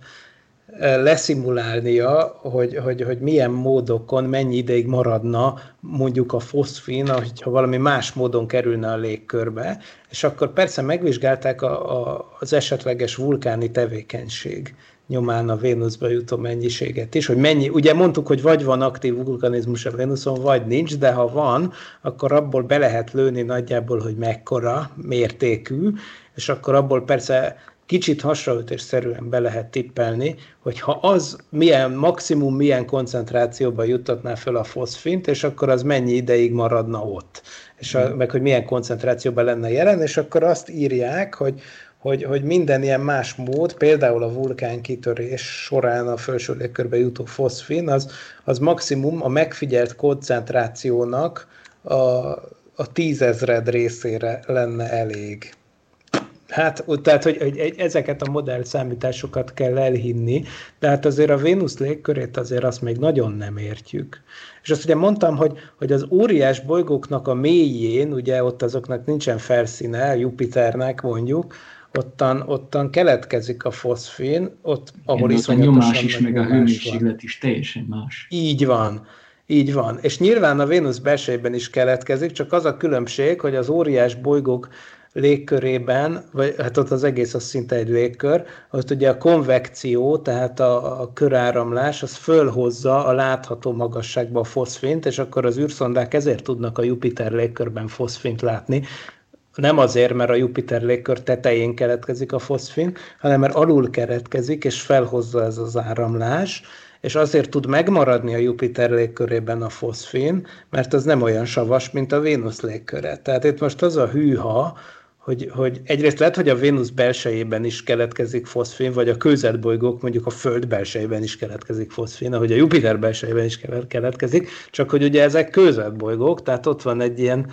leszimulálnia, hogy, hogy, hogy milyen módokon, mennyi ideig maradna mondjuk a foszfin, ha valami más módon kerülne a légkörbe, és akkor persze megvizsgálták a, a, az esetleges vulkáni tevékenység nyomán a Vénuszba jutó mennyiséget is, hogy mennyi, ugye mondtuk, hogy vagy van aktív vulkanizmus a Vénuszon, vagy nincs, de ha van, akkor abból be lehet lőni nagyjából, hogy mekkora mértékű, és akkor abból persze kicsit hasraütésszerűen be lehet tippelni, hogy ha az milyen maximum, milyen koncentrációban juttatná fel a foszfint, és akkor az mennyi ideig maradna ott, és a, meg hogy milyen koncentrációban lenne jelen, és akkor azt írják, hogy, hogy, hogy minden ilyen más mód, például a vulkánkitörés során a felső légkörbe jutó foszfin, az, az maximum a megfigyelt koncentrációnak a, a tízezred részére lenne elég. Hát, tehát, hogy, hogy ezeket a modell számításokat kell elhinni, de hát azért a Vénusz légkörét azért azt még nagyon nem értjük. És azt ugye mondtam, hogy, hogy az óriás bolygóknak a mélyén, ugye ott azoknak nincsen felszíne, Jupiternek mondjuk, ottan, ottan keletkezik a foszfin, ott, ahol igen, iszonyatosan a nyomás is, meg a hőmérséklet is teljesen más. Így van. Így van. És nyilván a Vénusz belsejében is keletkezik, csak az a különbség, hogy az óriás bolygók légkörében, vagy hát ott az egész az szinte egy légkör, ott ugye a konvekció, tehát a, a köráramlás, az fölhozza a látható magasságba a foszfint, és akkor az űrszondák ezért tudnak a Jupiter légkörben foszfint látni. Nem azért, mert a Jupiter légkör tetején keletkezik a foszfin, hanem mert alul keletkezik, és felhozza ez az áramlás, és azért tud megmaradni a Jupiter légkörében a foszfin, mert az nem olyan savas, mint a Vénusz légköre. Tehát itt most az a hűha, hogy, hogy egyrészt lehet, hogy a Vénusz belsejében is keletkezik foszfin, vagy a kőzetbolygók, mondjuk a Föld belsejében is keletkezik foszfin, ahogy a Jupiter belsejében is keletkezik, csak hogy ugye ezek kőzetbolygók, tehát ott van egy ilyen,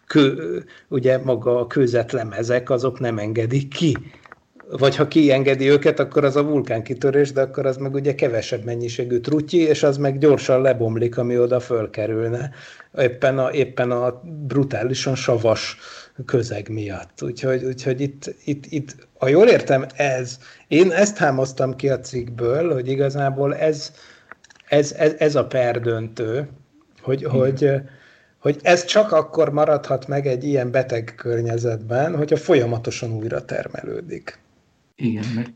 kő, ugye maga a kőzetlemezek, azok nem engedik ki. Vagy ha kiengedi őket, akkor az a vulkánkitörés, de akkor az meg ugye kevesebb mennyiségű trutyi, és az meg gyorsan lebomlik, ami oda fölkerülne. Éppen a, éppen a brutálisan savas közeg miatt. Úgyhogy, úgyhogy itt, itt, itt, ha jól értem, ez, én ezt hámoztam ki a cikkből, hogy igazából ez, ez, ez, ez a perdöntő, hogy, hogy, hogy ez csak akkor maradhat meg egy ilyen beteg környezetben, hogyha folyamatosan újra termelődik. Igen, mert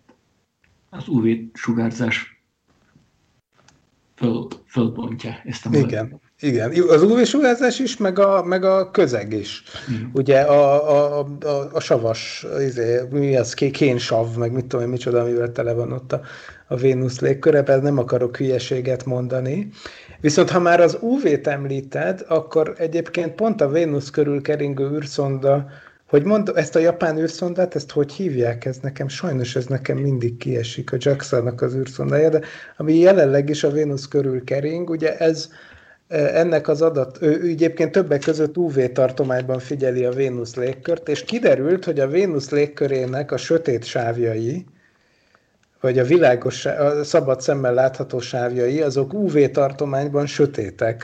az ú vé-sugárzás föl, fölbontja ezt a modellt. Igen, igen, az ú vé-sugárzás is, meg a, meg a közeg is. Mm. Ugye a, a, a, a savas, izé, mi az, kénsav, meg mit tudom én, micsoda, amivel tele van ott a, a Vénusz légköre, nem akarok hülyeséget mondani. Viszont ha már az ú vét említed, akkor egyébként pont a Vénusz körül keringő űrszonda, hogy mond, ezt a japán űrszondát, ezt hogy hívják? Ez nekem, sajnos ez nekem mindig kiesik, a JAXA-nak az űrszondája, de ami jelenleg is a Vénusz körül kering, ugye ez, ennek az adat, ő egyébként többek között ú vé tartományban figyeli a Vénusz légkört, és kiderült, hogy a Vénusz légkörének a sötét sávjai, vagy a világos, a szabad szemmel látható sávjai, azok ú vé tartományban sötétek.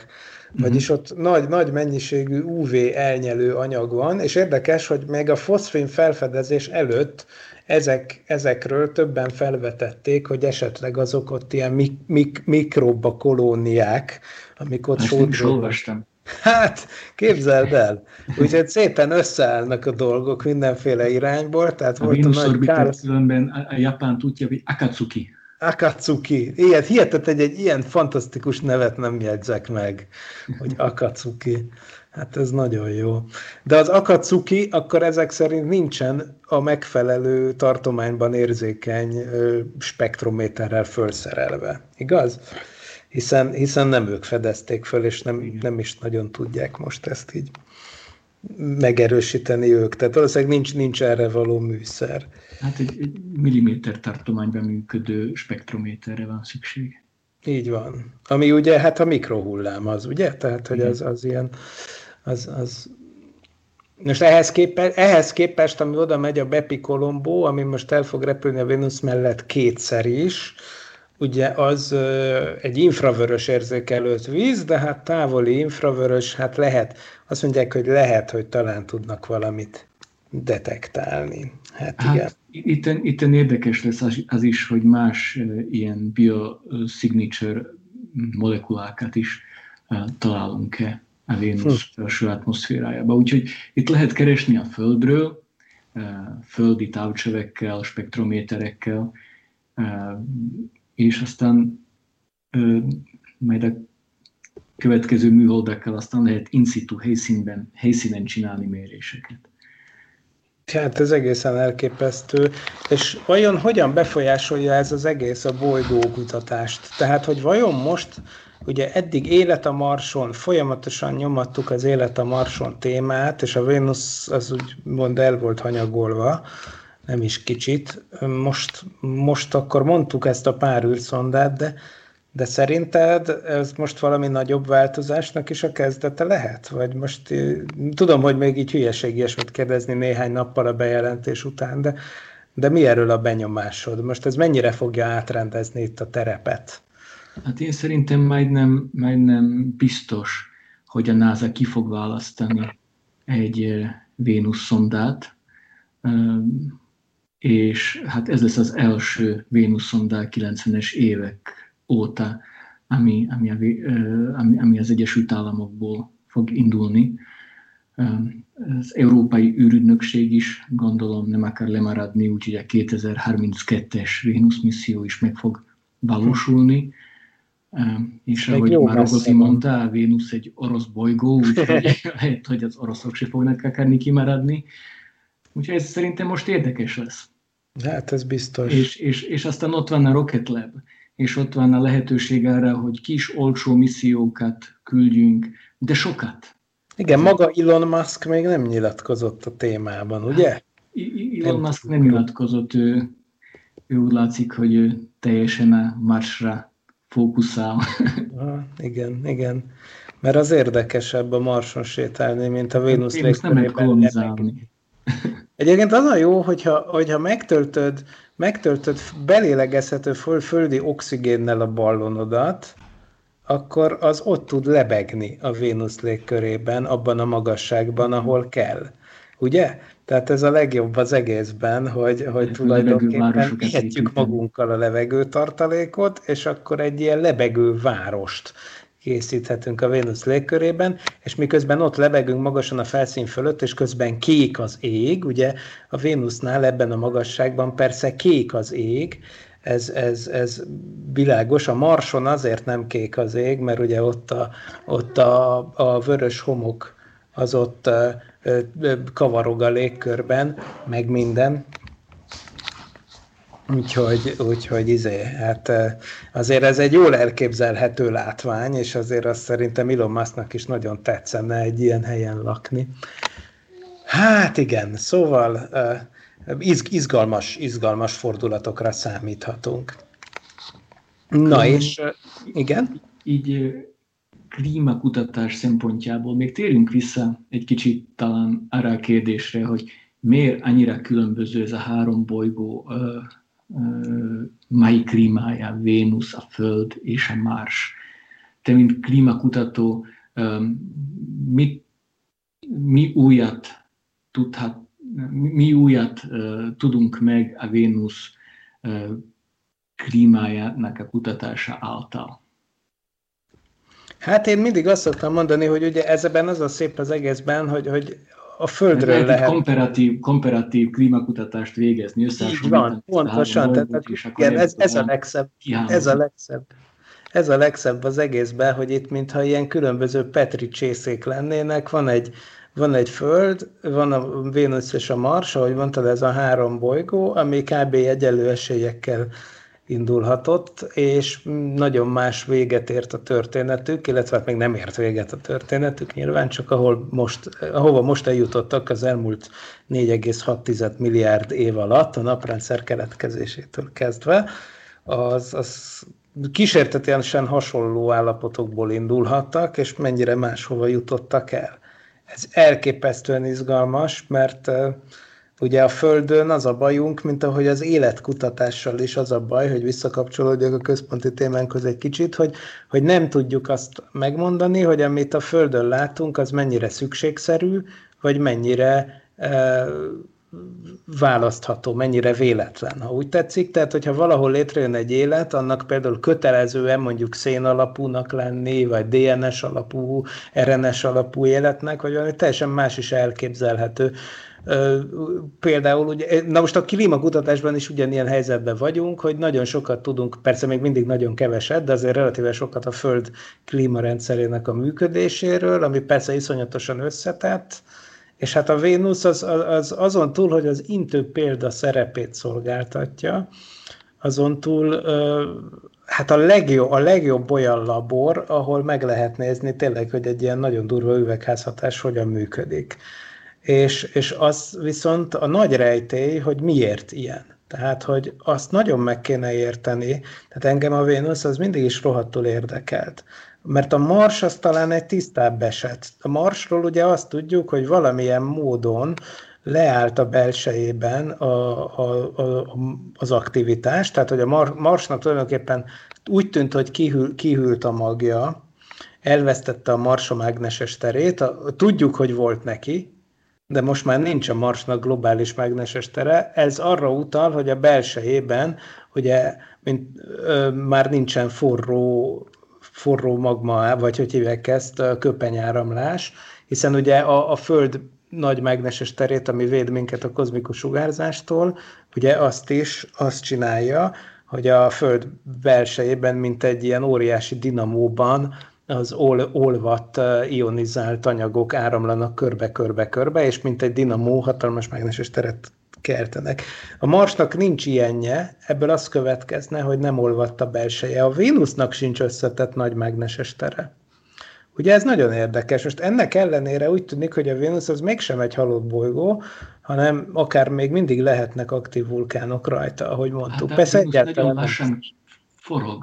vagyis ott nagy, nagy mennyiségű ú vé elnyelő anyag van, és érdekes, hogy még a foszfén felfedezés előtt ezek, ezekről többen felvetették, hogy esetleg azok ott ilyen mik, mik, mikroba kolóniák, amik ott sódról. Hát, képzeld el. Úgyhogy szépen összeállnak a dolgok mindenféle irányból. Tehát a volt a nagy kár... különben a japán tudja, hogy Akatsuki. Akatsuki. Ilyet, hihetet, egy, egy ilyen fantasztikus nevet nem jegyzek meg, hogy Akatsuki. Hát ez nagyon jó. De az Akatsuki akkor ezek szerint nincsen a megfelelő tartományban érzékeny spektrométerrel felszerelve. Igaz? Hiszen, hiszen nem ők fedezték föl, és nem, nem is nagyon tudják most ezt így megerősíteni ők. Tehát valószínűleg nincs, nincs erre való műszer. Hát egy, egy milliméter tartományban működő spektrométerre van szükség. Így van. Ami ugye, hát a mikrohullám az, ugye? Tehát, hogy az, az ilyen, az, az... Most ehhez képest, ehhez képest, ami oda megy a Bepi Colombo, ami most el fog repülni a Vénusz mellett kétszer is, ugye az egy infravörös érzékelőt víz, de hát távoli infravörös, hát lehet, azt mondják, hogy lehet, hogy talán tudnak valamit detektálni. Hát, hát igen. Itten, itten érdekes lesz az, az is, hogy más uh, ilyen biosignature molekulákat is uh, találunk-e a Vénusz hm. felső atmoszférájába. Úgyhogy itt lehet keresni a Földről, uh, földi távcsövekkel, spektrométerekkel, uh, és aztán uh, majd a következő műholdakkal aztán lehet in situ helyszínben, helyszínen csinálni méréseket. Hát ez egészen elképesztő. És vajon hogyan befolyásolja ez az egész a bolygókutatást? Tehát, hogy vajon most, ugye eddig élet a Marson, folyamatosan nyomattuk az élet a Marson témát, és a Vénusz az úgymond el volt hanyagolva, nem is kicsit. Most, most akkor mondtuk ezt a pár űrszondát, de De szerinted ez most valami nagyobb változásnak is a kezdete lehet? Vagy most tudom, hogy még így hülyeség ilyesmit kérdezni néhány nappal a bejelentés után, de, de mi erről a benyomásod? Most ez mennyire fogja átrendezni itt a terepet? Hát én szerintem majdnem, majdnem biztos, hogy a NASA ki fog választani egy Vénusz szondát, és hát ez lesz az első Vénusz szondá kilencvenes évek óta, ami, ami, a, ami, ami az Egyesült Államokból fog indulni. Az Európai űrügynökség is, gondolom, nem akar lemaradni, úgyhogy a kétezer-harminckettes Vénusz misszió is meg fog valósulni. És még ahogy már Rogozi mondta, a Vénusz egy orosz bolygó, úgyhogy lehet, hogy az oroszok se fognak akarni kimaradni. Úgyhogy ez szerintem most érdekes lesz. Hát ez biztos. És, és, és aztán ott van a Rocket Lab, és ott van a lehetőség arra, hogy kis, olcsó missziókat küldjünk, de sokat. Igen, maga Elon Musk még nem nyilatkozott a témában, ugye? Hát, Elon nem Musk nem nyilatkozott, ő, ő úgy látszik, hogy ő teljesen a Marsra fókuszál. Ah, igen, igen. Mert az érdekesebb a Marson sétálni, mint a Vénusz légkörében. Nem lehet kolonizálni. Egyébként az a jó, hogyha, hogyha megtöltöd, megtöltöd belélegezhető föl, földi oxigénnel a ballonodat, akkor az ott tud lebegni a Vénusz légkörében, abban a magasságban, ahol kell. Ugye? Tehát ez a legjobb az egészben, hogy, hogy tulajdonképpen vihetjük magunkkal a levegőtartalékot, és akkor egy ilyen lebegő várost készíthetünk a Vénusz légkörében, és miközben ott lebegünk magasan a felszín fölött, és közben kék az ég, ugye a Vénusznál ebben a magasságban persze kék az ég, ez, ez, ez világos, a Marson azért nem kék az ég, mert ugye ott a, ott a, a vörös homok az ott kavarog a légkörben, meg minden. Úgyhogy, úgyhogy izé, hát azért ez egy jól elképzelhető látvány, és azért azt szerintem Elon Musknak is nagyon tetszene egy ilyen helyen lakni. Hát igen, szóval izgalmas, izgalmas fordulatokra számíthatunk. Na és igen? Így klímakutatás szempontjából még térjünk vissza egy kicsit talán arra a kérdésre, hogy miért annyira különböző ez a három bolygó mai klímája, Vénusz, a Föld és a Mars. Te, mint klímakutató, mit, mi újat tudhat, mi újat tudunk meg a Vénusz klímájának a kutatása által? Hát én mindig azt szoktam mondani, hogy ugye ezben az a szép az egészben, hogy, hogy a Földről lehet, lehet... Komparatív, komparatív klímakutatást végezni, összehasonlítani. Így van, pontosan, tehát igen, ez, ez a legszebb, ez a legszebb. Ez a legszebb az egészben, hogy itt mintha ilyen különböző Petri csészék lennének, van egy, van egy Föld, van a Vénusz és a Mars, ahogy mondtad, ez a három bolygó, ami kb. Egyenlő esélyekkel indulhatott, és nagyon más véget ért a történetük, illetve hát még nem ért véget a történetük nyilván, csak ahol most, ahova most eljutottak az elmúlt négy egész hat milliárd év alatt, a naprendszer keletkezésétől kezdve, az, az kísértetiesen hasonló állapotokból indulhattak, és mennyire máshova jutottak el. Ez elképesztően izgalmas, mert ugye a Földön az a bajunk, mint ahogy az életkutatással is az a baj, hogy visszakapcsolódjak a központi témánkhoz egy kicsit, hogy, hogy nem tudjuk azt megmondani, hogy amit a Földön látunk, az mennyire szükségszerű, vagy mennyire e, választható, mennyire véletlen, ha úgy tetszik. Tehát, hogyha valahol létrejön egy élet, annak például kötelezően mondjuk szén alapúnak lenni, vagy dé en es alapú, er en es alapú életnek, vagy valami teljesen más is elképzelhető. Például, ugye, na most a klímakutatásban is ugyanilyen helyzetben vagyunk, hogy nagyon sokat tudunk, persze még mindig nagyon keveset, de azért relatíve sokat a Föld klímarendszerének a működéséről, ami persze iszonyatosan összetett, és hát a Vénusz az, az azon túl, hogy az intő példa szerepét szolgáltatja, azon túl hát a legjobb, a legjobb olyan labor, ahol meg lehet nézni tényleg, hogy egy ilyen nagyon durva üvegházhatás hogyan működik. És, és az viszont a nagy rejtély, hogy miért ilyen. Tehát, hogy azt nagyon meg kéne érteni, tehát engem a Vénusz az mindig is rohadtul érdekelt. Mert a Mars az talán egy tisztább eset. A Marsról ugye azt tudjuk, hogy valamilyen módon leállt a belsejében a, a, a, az aktivitás, tehát hogy a Marsnak tulajdonképpen úgy tűnt, hogy kihűl, kihűlt a magja, elvesztette a marsomágneses terét, a, tudjuk, hogy volt neki, de most már nincs a Marsnak globális mágneses tere. Ez arra utal, hogy a belsejében ugye, mint, ö, már nincsen forró, forró magma, vagy hogy hívják ezt, köpenyáramlás, hiszen ugye a, a Föld nagy mágneses terét, ami véd minket a kozmikus sugárzástól, ugye azt is azt csinálja, hogy a Föld belsejében, mint egy ilyen óriási dinamóban az ol, olvadt, ionizált anyagok áramlanak körbe-körbe-körbe, és mint egy dinamó hatalmas mágneses teret keltenek. A Marsnak nincs ilyenje, ebből az következne, hogy nem olvadt a belseje. A Vénusznak sincs összetett nagy mágneses tere. Ugye ez nagyon érdekes. Most ennek ellenére úgy tűnik, hogy a Vénusz az mégsem egy halott bolygó, hanem akár még mindig lehetnek aktív vulkánok rajta, ahogy mondtuk. Hát persze egyáltalán lassan forog.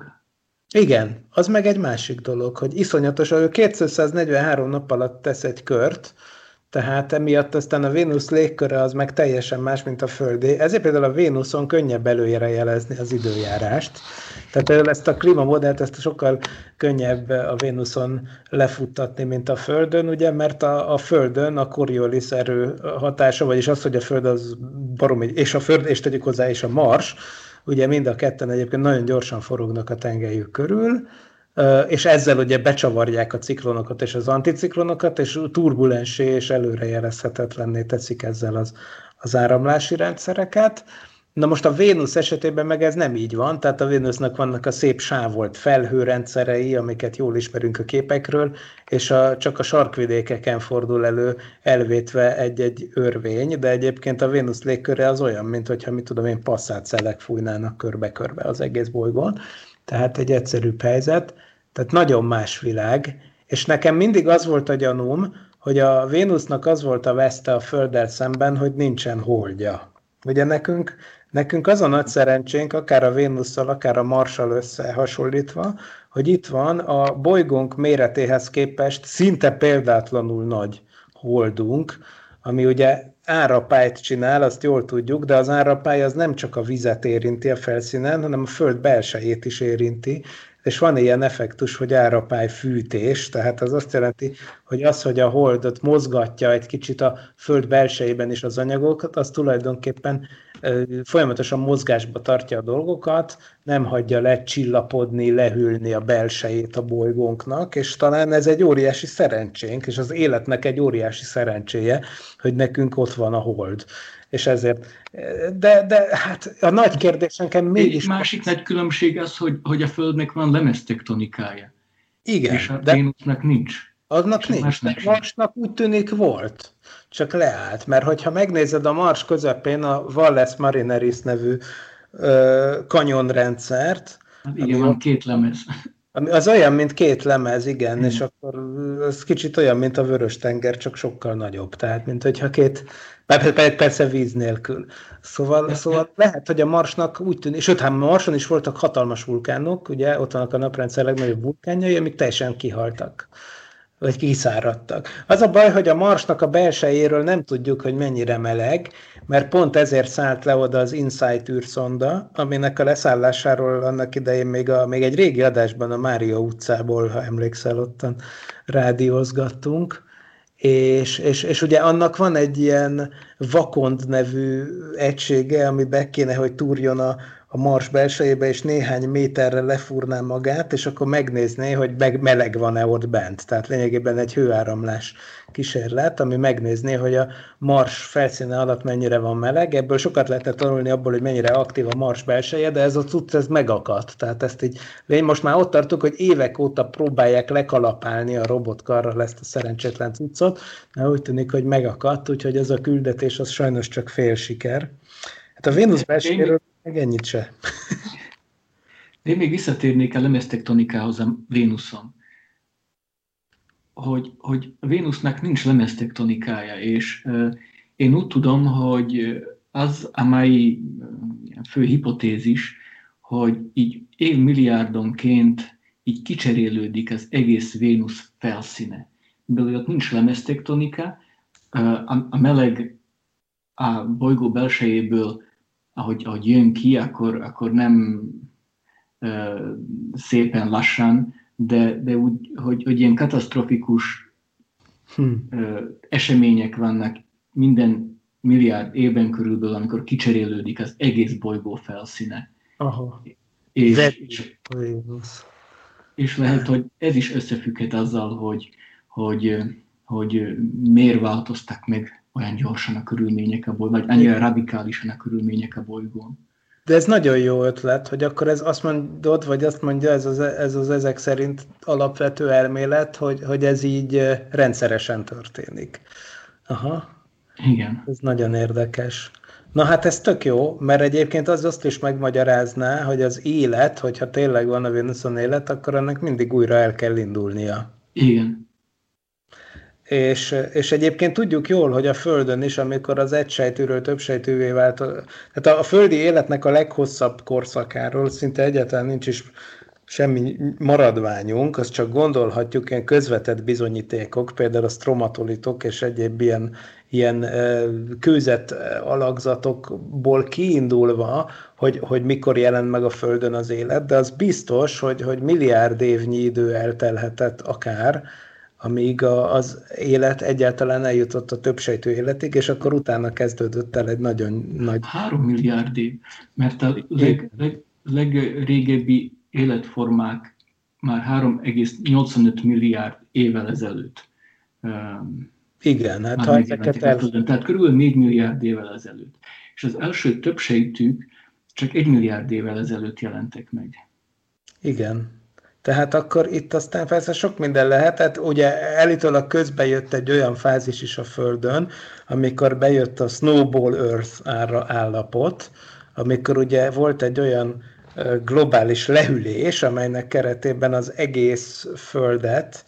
Igen, az meg egy másik dolog, hogy iszonyatosan, ő kétszáznegyvenhárom nap alatt tesz egy kört, tehát emiatt aztán a Vénusz légköre az meg teljesen más, mint a Földé. Ezért például a Vénuszon könnyebb előre jelezni az időjárást. Tehát például ezt a klímamodellt ezt sokkal könnyebb a Vénuszon lefuttatni, mint a Földön, ugye, mert a, a Földön a Coriolis erő hatása, vagyis az, hogy a Föld az baromi, és a Föld, és tegyük hozzá, és a Mars, ugye mind a ketten egyébként nagyon gyorsan forognak a tengelyük körül, és ezzel ugye becsavarják a ciklonokat és az anticiklonokat, és turbulensé és előrejelezhetetlenné teszik ezzel az, az áramlási rendszereket. Na most a Vénusz esetében meg ez nem így van, tehát a Vénusznak vannak a szép sávolt felhőrendszerei, amiket jól ismerünk a képekről, és a, csak a sarkvidékeken fordul elő elvétve egy-egy örvény, de egyébként a Vénusz légköre az olyan, mint hogyha, mit tudom én, passzát fújnának körbe-körbe az egész bolygón. Tehát egy egyszerűbb helyzet, tehát nagyon más világ, és nekem mindig az volt a gyanúm, hogy a Vénusznak az volt a veszte a Földdel szemben, hogy nincsen holdja. Ugye nekünk, nekünk az a nagy szerencsénk, akár a Vénusszal, akár a Marssal összehasonlítva, hogy itt van a bolygónk méretéhez képest szinte példátlanul nagy holdunk, ami ugye árapályt csinál, azt jól tudjuk, de az árapály az nem csak a vizet érinti a felszínen, hanem a Föld belsejét is érinti. és van ilyen effektus, hogy árapály fűtés, tehát az azt jelenti, hogy az, hogy a Holdot mozgatja egy kicsit a Föld belsejében is az anyagokat, az tulajdonképpen folyamatosan mozgásba tartja a dolgokat, nem hagyja lecsillapodni, lehűlni a belsejét a bolygónknak, és talán ez egy óriási szerencsénk, és az életnek egy óriási szerencséje, hogy nekünk ott van a Hold. És ezért, de, de hát a nagy kérdés nekem mégis... Egy másik nagy különbség az, hogy, hogy a Földnek van lemeztektonikája. Igen. És a Vénusznak nincs. Aznak nincs. A Marsnak úgy tűnik volt, csak leállt. Mert hogyha megnézed a Mars közepén a Valles Marineris nevű ö, kanyonrendszert... Hát igen, van két lemez. Az olyan, mint két lemez, igen, hmm. és akkor ez kicsit olyan, mint a Vörös-tenger, csak sokkal nagyobb. Tehát, mint hogyha két, persze víz nélkül. Szóval, szóval lehet, hogy a Marsnak úgy tűnik, sőt, hát Marson is voltak hatalmas vulkánok, ugye, ott vannak a naprendszer legnagyobb vulkánjai, amik teljesen kihaltak, vagy kiszáradtak. Az a baj, hogy a Marsnak a belsejéről nem tudjuk, hogy mennyire meleg, mert pont ezért szállt le oda az InSight űrszonda, aminek a leszállásáról annak idején még, a, még egy régi adásban a Mária utcából, ha emlékszel, ottan rádiózgattunk, és, és, és ugye annak van egy ilyen Vakond nevű egysége, ami be kéne, hogy túrjon a, a Mars belsejébe, és néhány méterre lefúrná magát, és akkor megnézné, hogy meg meleg van-e ott bent. Tehát lényegében egy hőáramlás kísérlet, ami megnézné, hogy a Mars felszíne alatt mennyire van meleg. Ebből sokat lehetne tanulni abból, hogy mennyire aktív a Mars belseje, de ez a cucc, ez megakadt. Tehát ezt így, én most már ott tartok, hogy évek óta próbálják lekalapálni a robotkarral ezt a szerencsétlen cuccot, de úgy tűnik, hogy megakadt, úgyhogy ez a küldetés az sajnos csak fél siker. Hát a Vénusz belsejéről meg ennyit se. De én még visszatérnék a lemeztektonikához a Vénuszon. Hogy, hogy a Vénusznak nincs lemeztektonikája, és uh, én úgy tudom, hogy az a mai uh, fő hipotézis, hogy így évmilliárdonként így kicserélődik az egész Vénusz felszíne. Mivel ott nincs lemeztektonika, uh, a, a meleg a bolygó belsejéből, ahogy, ahogy jön ki, akkor, akkor nem uh, szépen lassan, de, de úgy, hogy, hogy ilyen katasztrofikus hmm. uh, események vannak minden milliárd évben körülbelül, amikor kicserélődik az egész bolygó felszíne. Aha. És, és, és lehet, hogy ez is összefügghet azzal, hogy, hogy, hogy miért változtak meg olyan gyorsan a körülmények a bolygón, vagy annyira radikálisan a körülmények a bolygón. De ez nagyon jó ötlet, hogy akkor ez azt mondod, vagy azt mondja ez az, ez az ezek szerint alapvető elmélet, hogy, hogy ez így rendszeresen történik. Aha. Igen. Ez nagyon érdekes. Na hát ez tök jó, mert egyébként az azt is megmagyarázná, hogy az élet, hogyha tényleg van a Vénuszon élet, akkor ennek mindig újra el kell indulnia. Igen. És, és egyébként tudjuk jól, hogy a Földön is, amikor az egysejtűről többsejtűvé vált, tehát a földi életnek a leghosszabb korszakáról szinte egyáltalán nincs is semmi maradványunk, azt csak gondolhatjuk, ilyen közvetett bizonyítékok, például a stromatolitok és egyéb ilyen, ilyen kőzet alakzatokból kiindulva, hogy, hogy mikor jelent meg a Földön az élet, de az biztos, hogy, hogy milliárd évnyi idő eltelhetett akár, amíg a, az élet egyáltalán eljutott a többsejtű életig, és akkor utána kezdődött el egy nagyon nagy... Három milliárd év, mert a leg, leg, legrégebbi életformák már három egész nyolcvanöt milliárd évvel ezelőtt. Um, Igen, hát ha ezeket el... Tehát körülbelül négy milliárd évvel ezelőtt. És az első többsejtűk csak egy milliárd évvel ezelőtt jelentek meg. Igen. Tehát akkor itt aztán persze sok minden lehetett. Ugye elítólag közben jött egy olyan fázis is a Földön, amikor bejött a Snowball Earth állapot, amikor ugye volt egy olyan globális lehűlés, amelynek keretében az egész Földet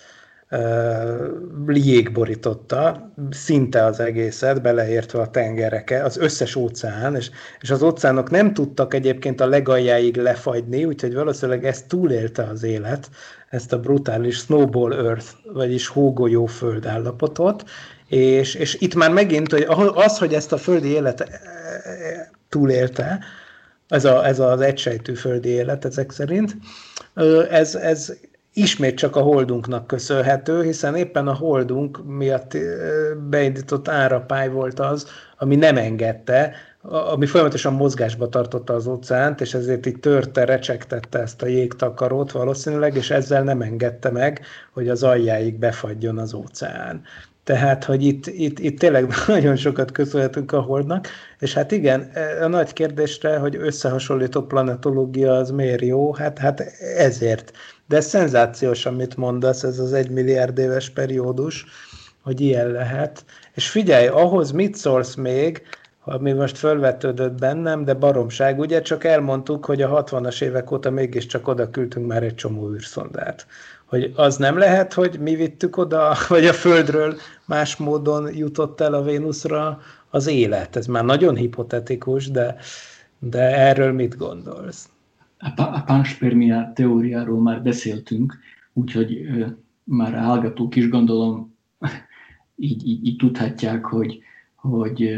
jég borította, szinte az egészet, beleértve a tengereket, az összes óceán, és, és az óceánok nem tudtak egyébként a legaljáig lefagyni, úgyhogy valószínűleg ezt túlélte az élet, ezt a brutális Snowball Earth, vagyis hógolyó föld állapotot, és, és itt már megint, hogy az, hogy ezt a földi élet túlélte, ez, a, ez az egysejtű földi élet ezek szerint. Ez, ez ismét csak a holdunknak köszönhető, hiszen éppen a holdunk miatt beindított árapály volt az, ami nem engedte, ami folyamatosan mozgásba tartotta az óceánt, és ezért így törte, recsegtette ezt a jégtakarót valószínűleg, és ezzel nem engedte meg, hogy az aljáig befagyjon az óceán. Tehát, hogy itt, itt, itt tényleg nagyon sokat köszönhetünk a Holdnak, és hát igen, a nagy kérdésre, hogy összehasonlító planetológia az miért jó, hát, hát ezért. De ez szenzációs, amit mondasz, ez az egy milliárd éves periódus, hogy ilyen lehet. És figyelj, ahhoz mit szólsz még, ami most fölvetődött bennem, de baromság, ugye csak elmondtuk, hogy a hatvanas évek óta mégiscsak oda küldtünk már egy csomó űrszondát. Hogy az nem lehet, hogy mi vittük oda, vagy a Földről más módon jutott el a Vénuszra az élet. Ez már nagyon hipotetikus, de, de erről mit gondolsz? A panspermia teóriáról már beszéltünk, úgyhogy már a hallgatók is gondolom így, így, így tudhatják, hogy, hogy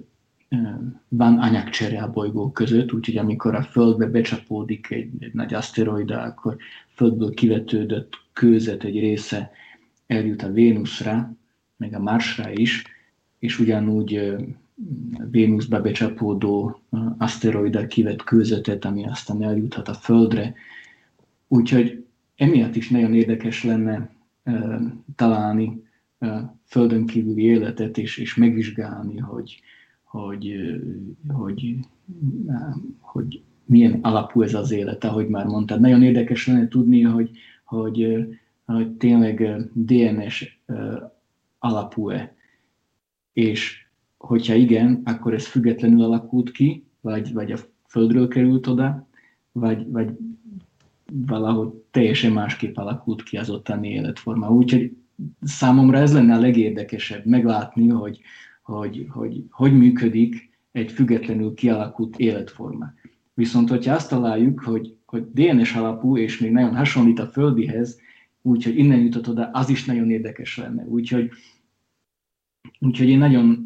van anyagcsere a bolygók között, úgyhogy amikor a Földbe becsapódik egy, egy nagy aszteroida, akkor Földből kivetődött kőzet egy része eljut a Vénuszra, meg a Marsra is, és ugyanúgy Vénuszba becsapódó aszteroida kivett kőzetet, ami aztán eljuthat a Földre. Úgyhogy emiatt is nagyon érdekes lenne uh, találni uh, Földön kívüli életet, és, és megvizsgálni, hogy, hogy, uh, hogy, uh, hogy milyen alapú ez az élet, ahogy már mondtad. Nagyon érdekes lenne tudni, hogy, hogy, uh, hogy tényleg uh, dé en es uh, alapú-e, és hogyha igen, akkor ez függetlenül alakult ki, vagy, vagy a Földről került oda, vagy, vagy valahogy teljesen másképp alakult ki az ottani életforma. Úgyhogy számomra ez lenne a legérdekesebb, meglátni, hogy hogy, hogy, hogy működik egy függetlenül kialakult életforma. Viszont, hogyha azt találjuk, hogy, hogy dé en es alapú, és még nagyon hasonlít a Földihez, úgyhogy innen jutott oda, az is nagyon érdekes lenne. Úgyhogy, úgyhogy én nagyon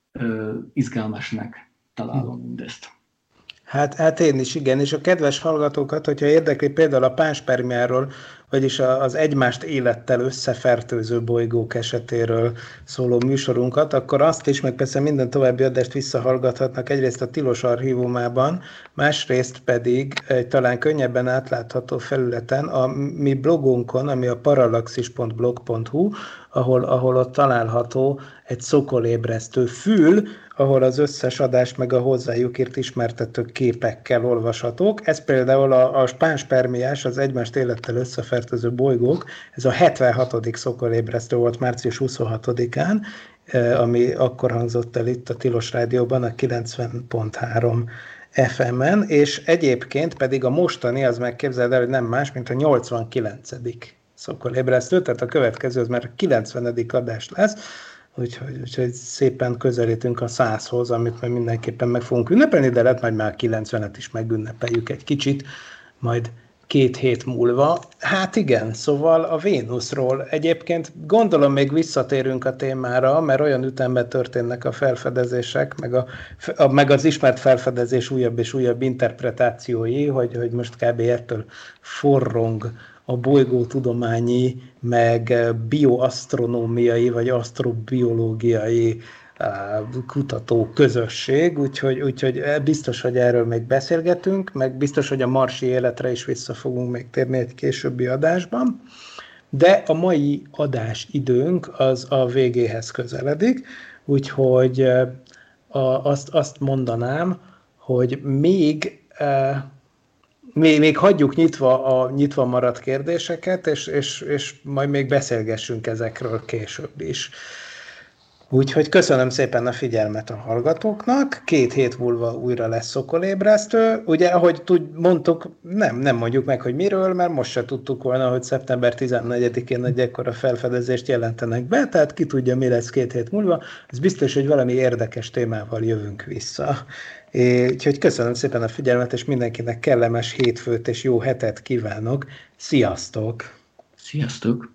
izgalmasnak találom mindezt. Hát, hát én is, igen, és a kedves hallgatókat, hogyha érdekli például a pánspermiáról, vagyis az egymást élettel összefertőző bolygók esetéről szóló műsorunkat, akkor azt is, meg persze minden további adást visszahallgathatnak egyrészt a Tilos archívumában, másrészt pedig egy talán könnyebben átlátható felületen a mi blogunkon, ami a parallaxis pont blog pont hu, ahol, ahol ott található egy szokolébresztő fül, ahol az összes adás meg a hozzájuk írt ismertető képekkel olvashatók. Ez például a, a pánspermiás, az egymást élettel összefertőző bolygók, ez a hetvenhatodik szokolébresztő volt március huszonhatodikán, ami akkor hangzott el itt a Tilos Rádióban, a kilencven pont három ef emen, és egyébként pedig a mostani, az megképzeld el, hogy nem más, mint a nyolcvankilencedik szokolébresztő, tehát a következő az már a kilencvenedik adás lesz, Úgyhogy, úgyhogy szépen közelítünk a százhoz, amit majd mindenképpen meg fogunk ünnepelni, de lehet majd már a kilencvenet is megünnepeljük egy kicsit, majd két hét múlva. Hát igen, szóval a Vénuszról egyébként gondolom még visszatérünk a témára, mert olyan ütemben történnek a felfedezések, meg, a, a, meg az ismert felfedezés újabb és újabb interpretációi, hogy, hogy most kb. Ettől forrong a bolygótudományi, meg bioasztronómiai, vagy asztrobiológiai kutató közösség, úgyhogy, úgyhogy biztos, hogy erről még beszélgetünk, meg biztos, hogy a marsi életre is vissza fogunk még térni egy későbbi adásban, de a mai adás időnk az a végéhez közeledik, úgyhogy a, azt, azt mondanám, hogy még Még, még hagyjuk nyitva a nyitva maradt kérdéseket, és, és, és majd még beszélgessünk ezekről később is. Úgyhogy köszönöm szépen a figyelmet a hallgatóknak. Két hét múlva újra lesz szokolébresztő. Ugye, ahogy tud, mondtuk, nem, nem mondjuk meg, hogy miről, mert most se tudtuk volna, hogy szeptember tizennegyedikén egy ekkora felfedezést jelentenek be, tehát ki tudja, mi lesz két hét múlva. Ez biztos, hogy valami érdekes témával jövünk vissza. Úgyhogy köszönöm szépen a figyelmet, és mindenkinek kellemes hétfőt és jó hetet kívánok. Sziasztok! Sziasztok!